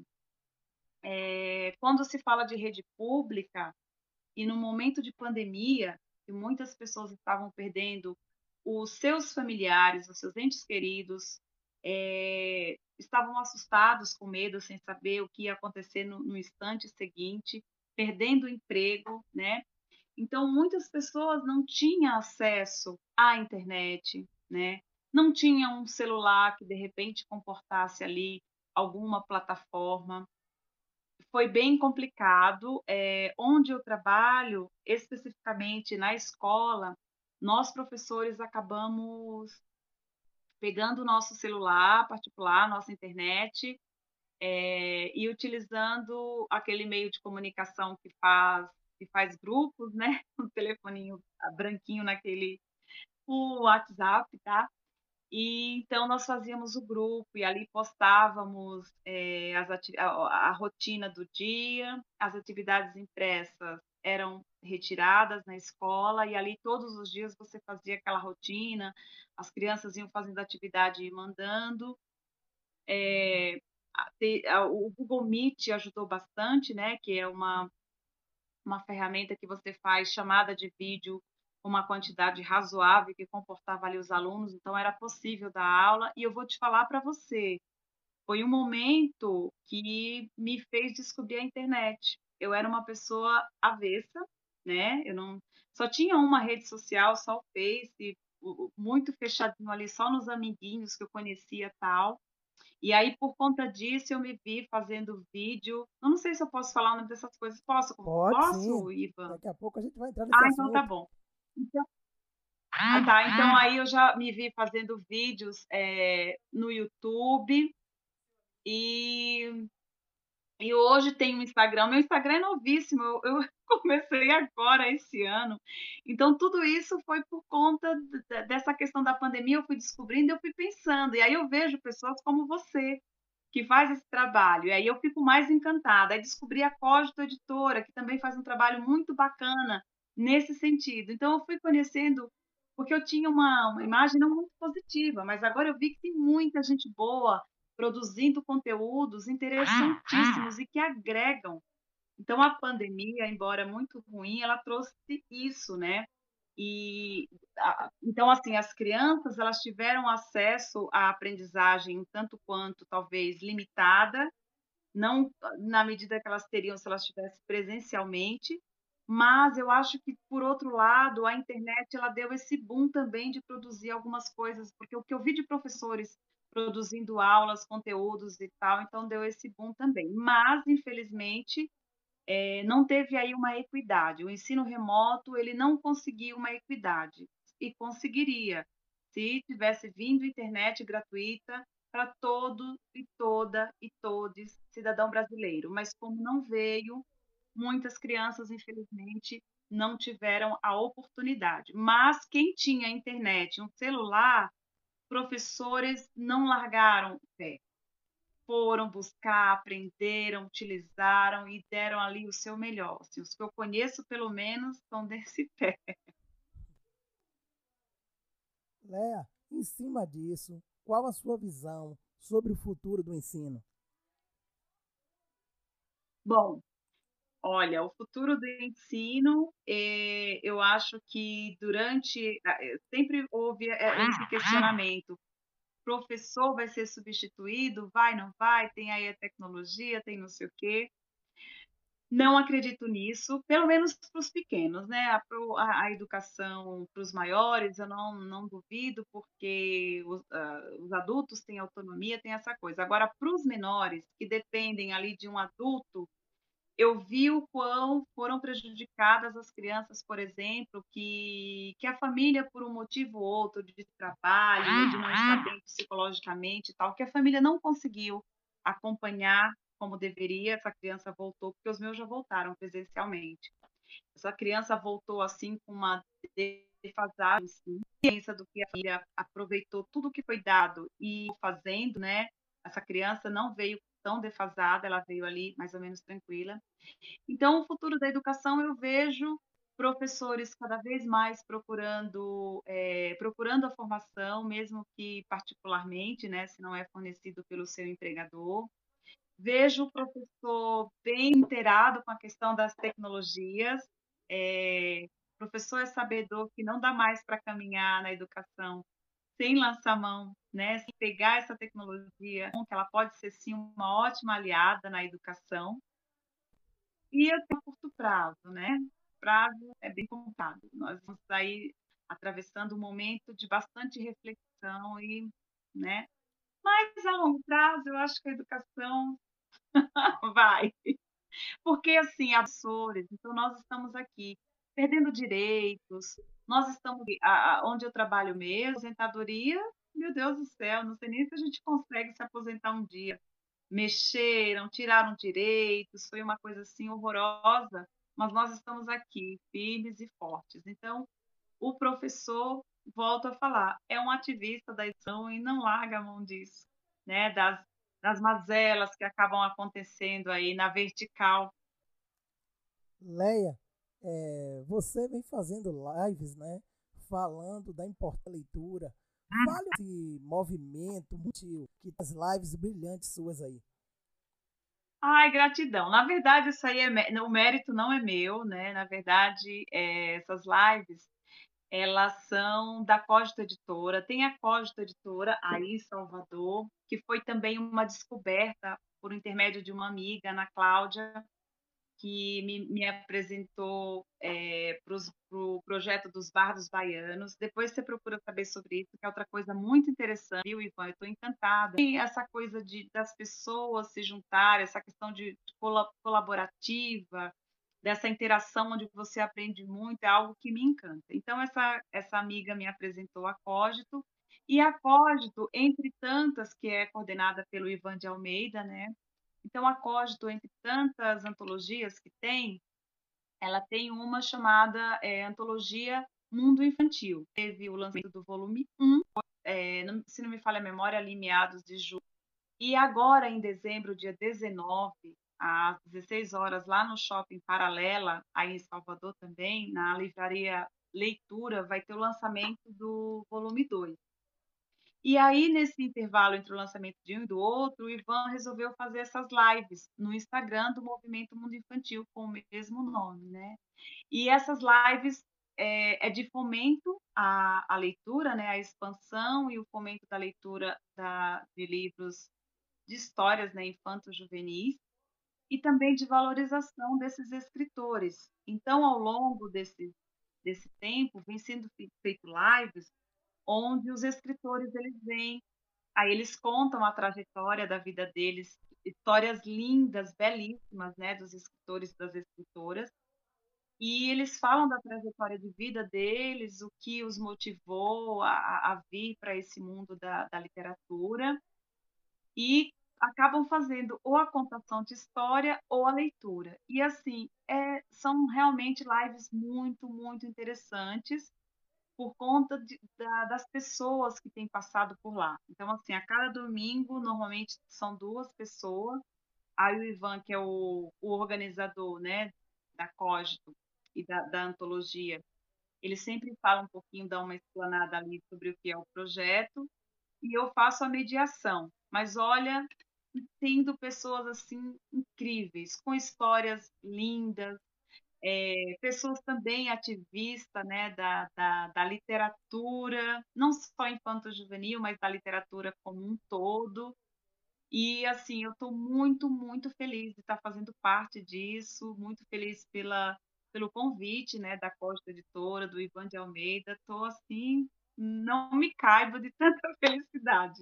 Quando se fala de rede pública, e no momento de pandemia, que muitas pessoas estavam perdendo os seus familiares, os seus entes queridos, estavam assustados, com medo, sem saber o que ia acontecer no instante seguinte, perdendo o emprego, né? Então, muitas pessoas não tinham acesso à internet, né? Não tinham um celular que, de repente, comportasse ali alguma plataforma. Foi bem complicado. Onde eu trabalho, especificamente na escola, nós, professores, acabamos pegando o nosso celular particular, nossa internet, e utilizando aquele meio de comunicação que faz grupos, né? O telefoninho branquinho o WhatsApp, tá? E então nós fazíamos o grupo e ali postávamos a rotina do dia, as atividades impressas eram retiradas na escola e ali todos os dias você fazia aquela rotina, as crianças iam fazendo atividade e mandando. O Google Meet ajudou bastante, né? Que é uma ferramenta que você faz chamada de vídeo com uma quantidade razoável que comportava ali os alunos, então era possível dar aula. E eu vou te falar para você, foi um momento que me fez descobrir a internet. Eu era uma pessoa avessa, né? Eu não só tinha uma rede social, só o Face, muito fechadinho ali, só nos amiguinhos que eu conhecia tal. E aí, por conta disso, eu me vi fazendo vídeo. Eu não sei se eu posso falar o nome dessas coisas. Posso? Pode sim. Posso, Ivan? Daqui a pouco a gente vai entrar nesse Então tá assunto. bom. Então, tá. Então aí eu já me vi fazendo vídeos no YouTube e, e hoje tem um Instagram. Meu Instagram é novíssimo. Eu comecei agora esse ano. Então tudo isso foi por conta dessa questão da pandemia. Eu fui descobrindo, eu fui pensando. E aí eu vejo pessoas como você que faz esse trabalho. E aí eu fico mais encantada. Aí descobri a Cogito Editora, que também faz um trabalho muito bacana nesse sentido. Então eu fui conhecendo, porque eu tinha uma imagem não muito positiva, mas agora eu vi que tem muita gente boa produzindo conteúdos interessantíssimos e que agregam. Então a pandemia, embora muito ruim, ela trouxe isso, né? Então, assim, as crianças elas tiveram acesso à aprendizagem um tanto quanto talvez limitada, não na medida que elas teriam se elas estivessem presencialmente, mas eu acho que, por outro lado, a internet ela deu esse boom também de produzir algumas coisas, porque o que eu vi de professores produzindo aulas, conteúdos e tal, então deu esse boom também. Mas, infelizmente, não teve aí uma equidade. O ensino remoto ele não conseguiu uma equidade e conseguiria se tivesse vindo internet gratuita para todo e toda e todos cidadão brasileiro. Mas como não veio, muitas crianças infelizmente não tiveram a oportunidade. Mas quem tinha internet, um celular, professores não largaram o pé. foram buscar, aprenderam, utilizaram e deram ali o seu melhor. Assim, os que eu conheço, pelo menos, estão desse pé. Léa, em cima disso, qual a sua visão sobre o futuro do ensino? Bom, olha, o futuro do ensino, eu acho que sempre houve esse questionamento: professor vai ser substituído? Vai, não vai? Tem aí a tecnologia, tem não sei o quê. Não acredito nisso, pelo menos para os pequenos, né? A educação para os maiores, eu não duvido, porque os adultos têm autonomia, tem essa coisa. Agora, para os menores, que dependem ali de um adulto, eu vi o quão foram prejudicadas as crianças, por exemplo, que a família, por um motivo ou outro, de trabalho, ou de não estar bem psicologicamente e tal, que a família não conseguiu acompanhar como deveria, essa criança voltou, porque os meus já voltaram presencialmente. Essa criança voltou assim com uma defasagem, assim, ciência do que a família aproveitou tudo que foi dado e fazendo, né? Essa criança não veio tão defasada, ela veio ali mais ou menos tranquila. Então, o futuro da educação eu vejo professores cada vez mais procurando a formação, mesmo que particularmente, né, se não é fornecido pelo seu empregador. Vejo o professor bem inteirado com a questão das tecnologias. O professor é sabedor que não dá mais para caminhar na educação sem lançar mão, né, sem pegar essa tecnologia, que ela pode ser sim uma ótima aliada na educação. E eu tenho curto prazo, né? Prazo é bem complicado. Nós vamos aí atravessando um momento de bastante reflexão e, né? Mas a longo prazo, eu acho que a educação vai. Porque, assim, absurdo. Então, nós estamos aqui perdendo direitos, nós estamos onde eu trabalho mesmo, aposentadoria, meu Deus do céu, não sei nem se a gente consegue se aposentar um dia. Mexeram, tiraram direitos, foi uma coisa assim horrorosa, mas nós estamos aqui, firmes e fortes. Então, o professor, volto a falar, é um ativista da educação e não larga a mão disso, né? Das mazelas que acabam acontecendo aí na vertical. Leia, você vem fazendo lives, né? Falando da importância da leitura. Fale esse movimento muito que as lives brilhantes suas aí. Ai, gratidão. Na verdade, isso aí o mérito não é meu, né? Na verdade, essas lives elas são da Cogito Editora. Tem a Cogito Editora aí em Salvador, que foi também uma descoberta por intermédio de uma amiga, Ana Cláudia, que me apresentou para o projeto dos Bardos Baianos. Depois você procura saber sobre isso, que é outra coisa muito interessante, viu, Ivan? Eu estou encantada. E essa coisa das pessoas se juntarem, essa questão de colaborativa, dessa interação onde você aprende muito, é algo que me encanta. Então, essa amiga me apresentou a Cogito, e a Cogito, entre tantas, que é coordenada pelo Ivan de Almeida, né? Então, a Cogito, entre tantas antologias que tem, ela tem uma chamada Antologia Mundo Infantil. Teve o lançamento do volume 1, se não me falha a memória, ali meados de julho. E agora, em dezembro, dia 19, às 16 horas, lá no Shopping Paralela, aí em Salvador também, na livraria Leitura, vai ter o lançamento do volume 2. E aí, nesse intervalo entre o lançamento de um e do outro, o Ivan resolveu fazer essas lives no Instagram do Movimento Mundo Infantil, com o mesmo nome, né? E essas lives é de fomento à leitura, né? A expansão e o fomento da leitura de livros de histórias, né? Infanto-juvenis, e também de valorização desses escritores. Então, ao longo desse tempo, vem sendo feito lives onde os escritores eles vêm, aí eles contam a trajetória da vida deles, histórias lindas, belíssimas, né, dos escritores e das escritoras, e eles falam da trajetória de vida deles, o que os motivou a vir para esse mundo da literatura, e acabam fazendo ou a contação de história ou a leitura. E assim, são realmente lives muito, muito interessantes, por conta das pessoas que têm passado por lá. Então, assim, a cada domingo, normalmente são 2 pessoas. Aí o Ivan, que é o organizador, né, da Cogito e da antologia, ele sempre fala um pouquinho, dá uma explanada ali sobre o que é o projeto, e eu faço a mediação. Mas olha, tendo pessoas assim incríveis, com histórias lindas, pessoas também ativistas, né, da literatura, não só infanto-juvenil, mas da literatura como um todo. E assim, eu estou muito, muito feliz de estar fazendo parte disso, muito feliz pelo convite, né, da Costa Editora, do Ivan de Almeida. Estou assim, não me caibo de tanta felicidade.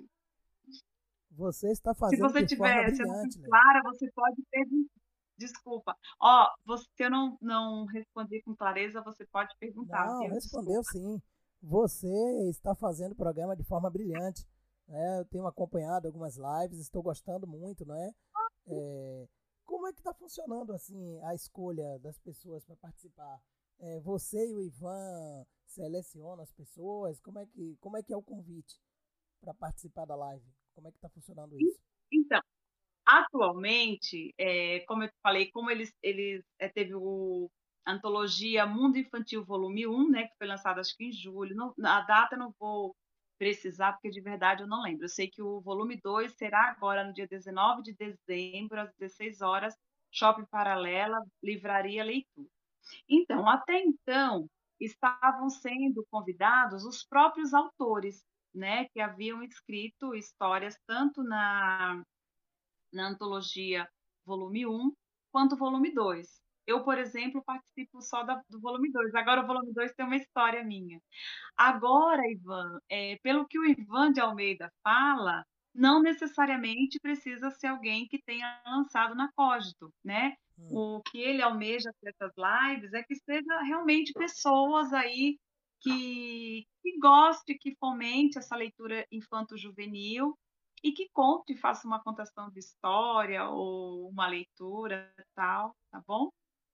Você está Se fazendo você de forma tiver, se eu não fui brilhante, Leia. clara, você pode perguntar. Desculpa. Ó, se eu não respondi com clareza, você pode perguntar, Não, viu? respondeu Desculpa. sim. Você está fazendo o programa de forma brilhante, né? Eu tenho acompanhado algumas lives, estou gostando muito, né? É, como é que está funcionando assim a escolha das pessoas para participar? Você e o Ivan selecionam as pessoas? Como é que é o convite para participar da live? Como é que está funcionando isso? Então, atualmente, como eu te falei, como teve a antologia Mundo Infantil Volume 1, né, que foi lançado acho que em julho. A data eu não vou precisar, porque de verdade eu não lembro. Eu sei que o volume 2 será agora no dia 19 de dezembro, às 16 horas, Shopping Paralela, Livraria Leitura. Então, até então, estavam sendo convidados os próprios autores, né, que haviam escrito histórias tanto na antologia volume 1, quanto volume 2. Eu, por exemplo, participo só do volume 2. Agora o volume 2 tem uma história minha. Agora, Ivan, pelo que o Ivan de Almeida fala, não necessariamente precisa ser alguém que tenha lançado na Cogito, né? Hum, O que ele almeja com essas lives é que seja realmente pessoas aí que goste, que fomente essa leitura infanto-juvenil e que conte, faça uma contação de história ou uma leitura, tal, tá bom?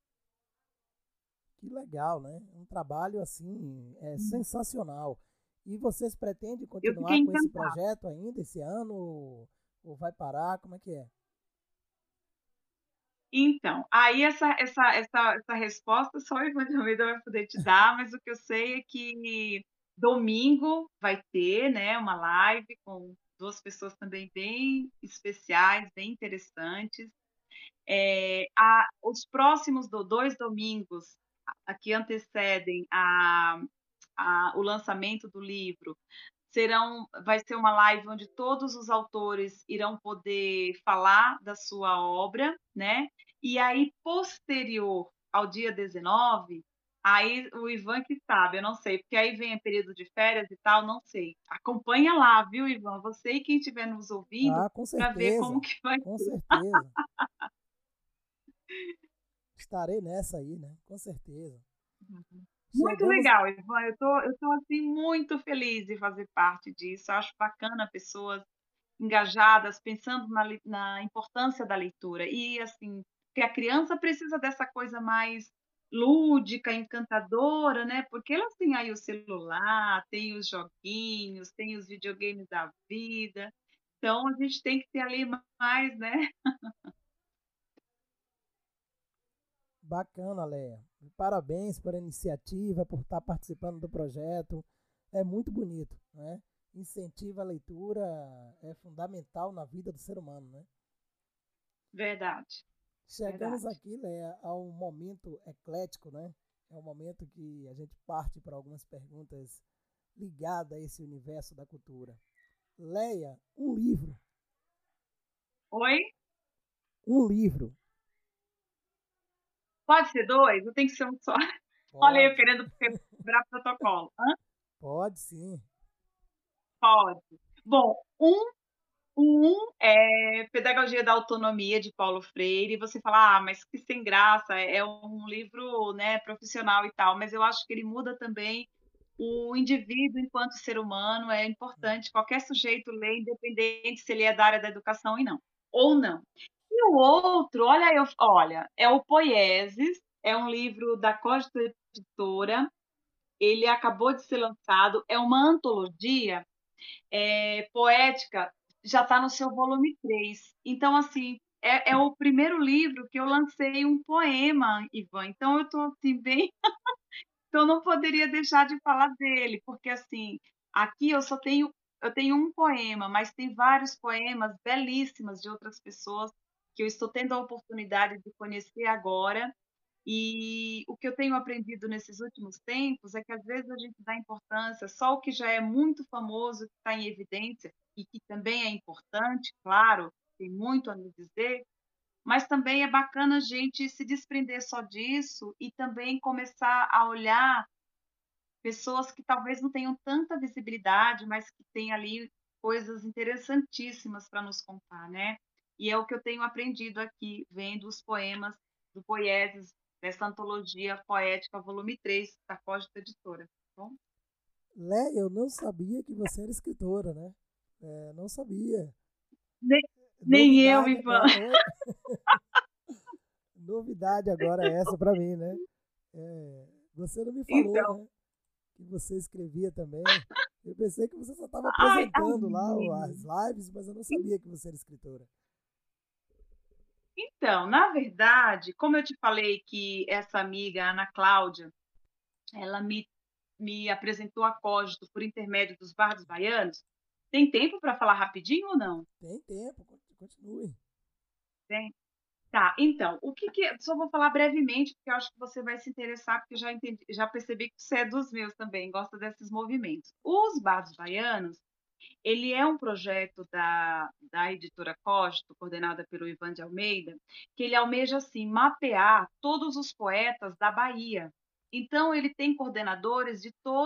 que legal, né? Um trabalho assim sensacional. E vocês pretendem Eu fiquei continuar com esse encantada. projeto ainda esse ano ou vai parar? Como é que é? Então, aí essa resposta só o Ivan de Almeida vai poder te dar, mas o que eu sei é que domingo vai ter, né, uma live com 2 pessoas também bem especiais, bem interessantes. Os próximos 2 domingos que antecedem o lançamento do livro vai ser uma live onde todos os autores irão poder falar da sua obra, né? E aí, posterior ao dia 19, aí o Ivan que sabe, eu não sei, porque aí vem o período de férias e tal, não sei. Acompanha lá, viu, Ivan? Você e quem estiver nos ouvindo, Ah, com para ver como certeza. que vai Com ser. certeza. Estarei nessa aí, né? Com certeza. Muito Chegamos. legal, Ivan. Eu tô assim muito feliz de fazer parte disso. Eu acho bacana pessoas engajadas, pensando na importância da leitura. E, assim, que a criança precisa dessa coisa mais lúdica, encantadora, né? Porque elas têm aí o celular, tem os joguinhos, tem os videogames da vida. Então, a gente tem que ter ali mais, né? Bacana, Leia. Parabéns pela iniciativa, por estar participando do projeto. É muito bonito, né? Incentiva a leitura é fundamental na vida do ser humano, né? Verdade, Chegamos verdade. aqui, Leia, ao momento eclético, né? É o momento que a gente parte para algumas perguntas ligadas a esse universo da cultura. Leia, um livro. Oi? Um livro. Pode ser 2? Ou tem que ser um só? Olha eu Pode, querendo quebrar protocolo. pode sim. Pode. Bom, um é Pedagogia da Autonomia, de Paulo Freire. E você fala, mas que sem graça, é um livro, né, profissional e tal, mas eu acho que ele muda também o indivíduo enquanto ser humano. É importante qualquer sujeito ler, independente se ele é da área da educação ou não. E o outro, olha, é o Poieses, é um livro da Cogito Editora. ele acabou de ser lançado, é uma antologia poética, já está no seu volume 3. Então, assim, é o primeiro livro que eu lancei um poema, Ivan. Então, eu estou assim, bem. Então, eu não poderia deixar de falar dele, porque assim, aqui eu tenho um poema, mas tem vários poemas belíssimos de outras pessoas que eu estou tendo a oportunidade de conhecer agora. E o que eu tenho aprendido nesses últimos tempos é que às vezes a gente dá importância só o que já é muito famoso, que está em evidência, e que também é importante, claro, tem muito a nos dizer, mas também é bacana a gente se desprender só disso e também começar a olhar pessoas que talvez não tenham tanta visibilidade, mas que têm ali coisas interessantíssimas para nos contar, né? E é o que eu tenho aprendido aqui, vendo os poemas do Poieses, dessa antologia poética, volume 3 da Cogito Editora. Tá bom? Lé, eu não sabia que você era escritora, né? Não sabia. Nem, nem eu, Novidade Ivan. agora. Oi? Novidade agora essa para mim, né? Você não me falou, Então, né? Que você escrevia também. Eu pensei que você só estava ai, apresentando lá amigo. as lives, mas eu não sabia que você era escritora. Então, na verdade, como eu te falei que essa amiga, Ana Cláudia, ela me apresentou a Cogito por intermédio dos Bardos Baianos. Tem tempo para falar rapidinho ou não? Tem tempo, continue. Tem? Tá, então, só vou falar brevemente, porque eu acho que você vai se interessar, porque eu já entendi, já percebi que você é dos meus também, gosta desses movimentos. Os Bardos Baianos, ele é um projeto da editora Cogito, coordenada pelo Ivan de Almeida, que ele almeja, assim, mapear todos os poetas da Bahia. Então, ele tem coordenadores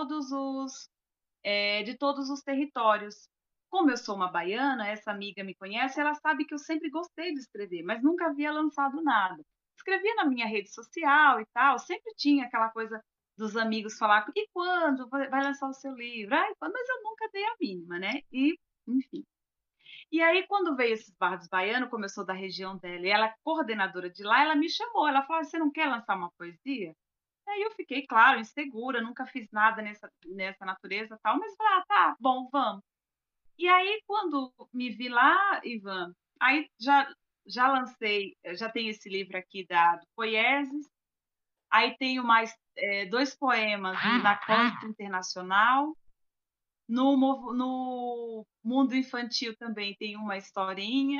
de todos os territórios. Como eu sou uma baiana, essa amiga me conhece, ela sabe que eu sempre gostei de escrever, mas nunca havia lançado nada. Escrevia na minha rede social e tal, sempre tinha aquela coisa dos amigos falar, e quando vai lançar o seu livro? Ai, quando? Mas eu nunca dei a mínima, né? E, enfim. E aí, quando veio esses bardos baianos, como eu sou da região dela, e ela é coordenadora de lá, ela me chamou, ela falou, você não quer lançar uma poesia? Aí eu fiquei, claro, insegura, nunca fiz nada nessa natureza e tal, mas falei, ah, tá, bom, vamos. E aí, quando me vi lá, Ivan, aí já lancei, já tenho esse livro aqui do Poieses, aí tenho mais dois poemas na Cogito Internacional, no Mundo Infantil também tem uma historinha,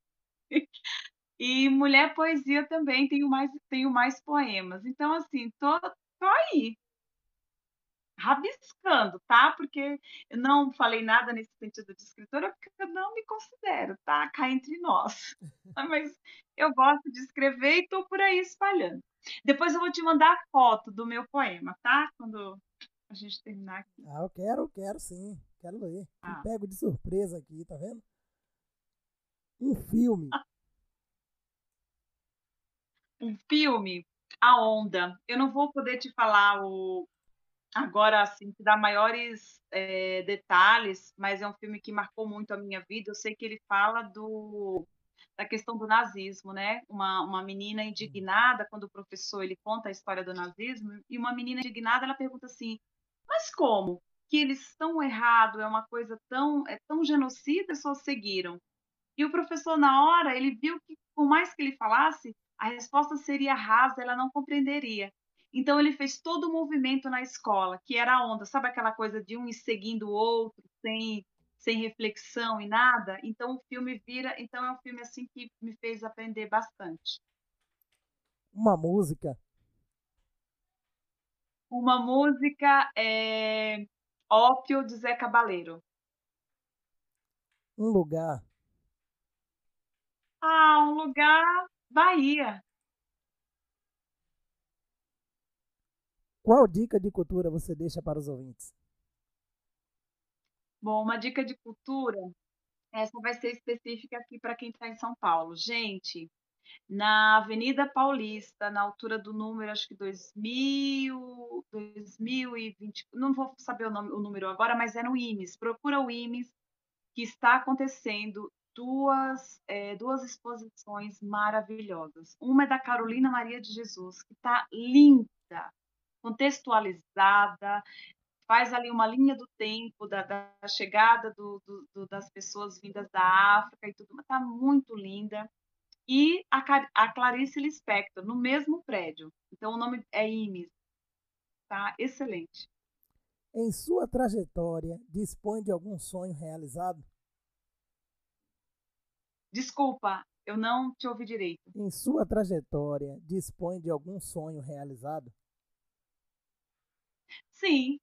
e Mulher Poesia também tenho mais poemas. Então, assim, tô aí, rabiscando, tá? Porque eu não falei nada nesse sentido de escritora, porque eu não me considero, tá? Cá entre nós. Mas eu gosto de escrever e tô por aí espalhando. Depois eu vou te mandar a foto do meu poema, tá? Quando a gente terminar aqui. Ah, quero sim. Quero ler. Me Ah, pego de surpresa aqui, tá vendo? Um filme. um filme, A Onda. Eu não vou poder te falar agora, assim, te dar maiores detalhes, mas é um filme que marcou muito a minha vida. Eu sei que ele fala da questão do nazismo, né? Uma menina indignada, quando o professor ele conta a história do nazismo, e uma menina indignada, ela pergunta assim, mas como? Que eles estão errados, é uma coisa tão genocida, só seguiram. E o professor, na hora, ele viu que, por mais que ele falasse, a resposta seria rasa, ela não compreenderia. Então, ele fez todo o movimento na escola, que era a onda, sabe aquela coisa de um ir seguindo o outro, sem reflexão e nada? Então, o filme vira. Então, é um filme assim que me fez aprender bastante. Uma música. Uma música é Ópio de Zé Cabaleiro. Um lugar. Ah, um lugar, Bahia. Qual dica de cultura você deixa para os ouvintes? Bom, uma dica de cultura. Essa vai ser específica aqui para quem está em São Paulo. Gente, na Avenida Paulista, na altura do número, acho que 2020, não vou saber o número agora, mas é no IMES. Procura o IMES, que está acontecendo duas exposições maravilhosas. Uma é da Carolina Maria de Jesus, que está linda. contextualizada, faz ali uma linha do tempo da chegada das pessoas vindas da África e tudo, está muito linda. E a Clarice Lispector, no mesmo prédio. Então, o nome é Imes, tá? Excelente. Em sua trajetória, dispõe de algum sonho realizado? Desculpa, eu não te ouvi direito. Em sua trajetória, dispõe de algum sonho realizado? Sim.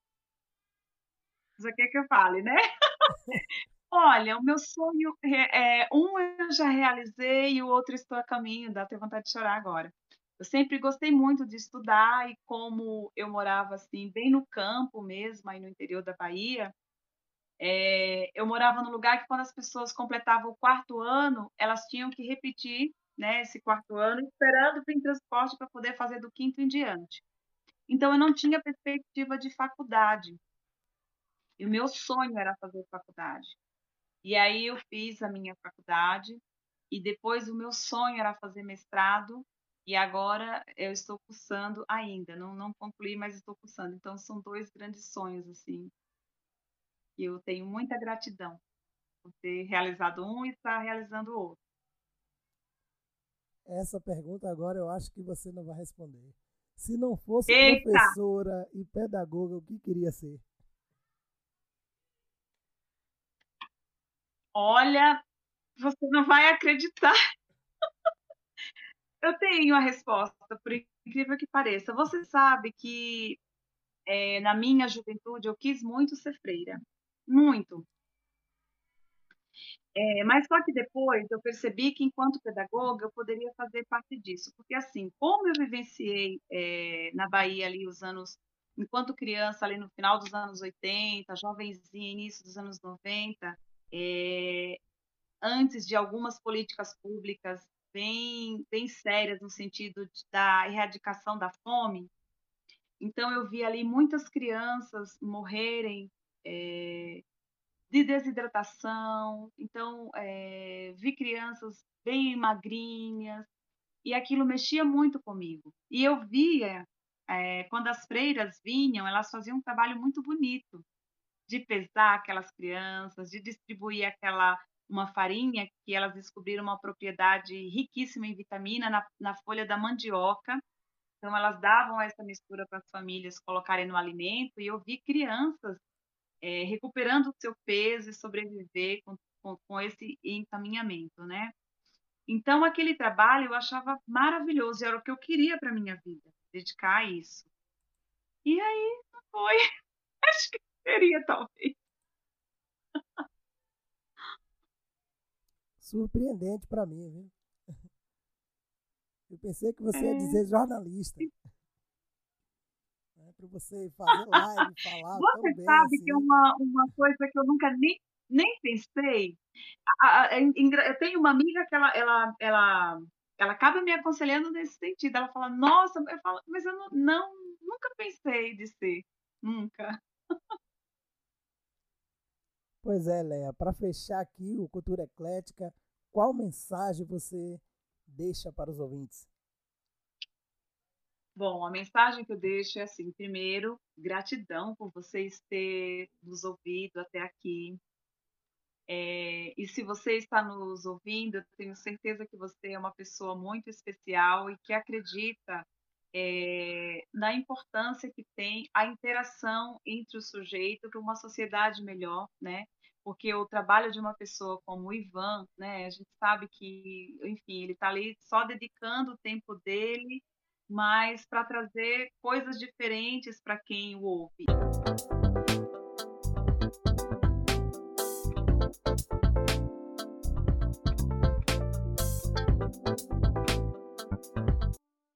Você quer que eu fale, né? Olha, o meu sonho, um eu já realizei e o outro estou a caminho, dá até vontade de chorar agora. Eu sempre gostei muito de estudar e como eu morava assim bem no campo mesmo, aí no interior da Bahia, eu morava num lugar que quando as pessoas completavam o 4º ano, elas tinham que repetir, né, esse 4º ano, esperando vir transporte para poder fazer do 5º em diante. Então eu não tinha perspectiva de faculdade. E o meu sonho era fazer faculdade. E aí eu fiz a minha faculdade e depois o meu sonho era fazer mestrado e agora eu estou cursando ainda, não concluí, mas estou cursando. Então são 2 grandes sonhos assim, e eu tenho muita gratidão por ter realizado um e estar realizando o outro. Essa pergunta agora eu acho que você não vai responder. Se não fosse Eita! professora e pedagoga, o que queria ser? Olha, você não vai acreditar. Eu tenho a resposta, por incrível que pareça. Você sabe que na minha juventude eu quis muito ser freira, muito. Mas só que depois eu percebi que, enquanto pedagoga, eu poderia fazer parte disso, porque assim, como eu vivenciei na Bahia ali os anos, enquanto criança ali no final dos anos 80, jovenzinha, início dos anos 90, antes de algumas políticas públicas bem sérias no sentido da erradicação da fome, então eu vi ali muitas crianças morrerem de desidratação, então vi crianças bem magrinhas e aquilo mexia muito comigo. E eu via, quando as freiras vinham, elas faziam um trabalho muito bonito de pesar aquelas crianças, de distribuir uma farinha que elas descobriram uma propriedade riquíssima em vitamina na folha da mandioca. Então, elas davam essa mistura para as famílias colocarem no alimento, e eu vi crianças recuperando o seu peso e sobreviver com esse encaminhamento, né? Então, aquele trabalho eu achava maravilhoso, era o que eu queria para a minha vida, dedicar a isso. E aí, não foi. Acho que seria, talvez. Surpreendente para mim, viu? Eu pensei que você ia É... dizer jornalista. Para você fazer live, falar tão Você bem sabe que é assim. uma coisa que eu nunca nem pensei? Eu tenho uma amiga que ela acaba me aconselhando nesse sentido. Ela fala, nossa, eu falo, mas eu nunca pensei de ser. Nunca. Pois é, Léa, para fechar aqui o Cultura Eclética, qual mensagem você deixa para os ouvintes? Bom, a mensagem que eu deixo é assim: primeiro, gratidão por vocês terem nos ouvido até aqui. E se você está nos ouvindo, eu tenho certeza que você é uma pessoa muito especial e que acredita na importância que tem a interação entre o sujeito para uma sociedade melhor, né? Porque o trabalho de uma pessoa como o Ivan, né? A gente sabe que, enfim, ele está ali só dedicando o tempo dele, mas para trazer coisas diferentes para quem o ouve.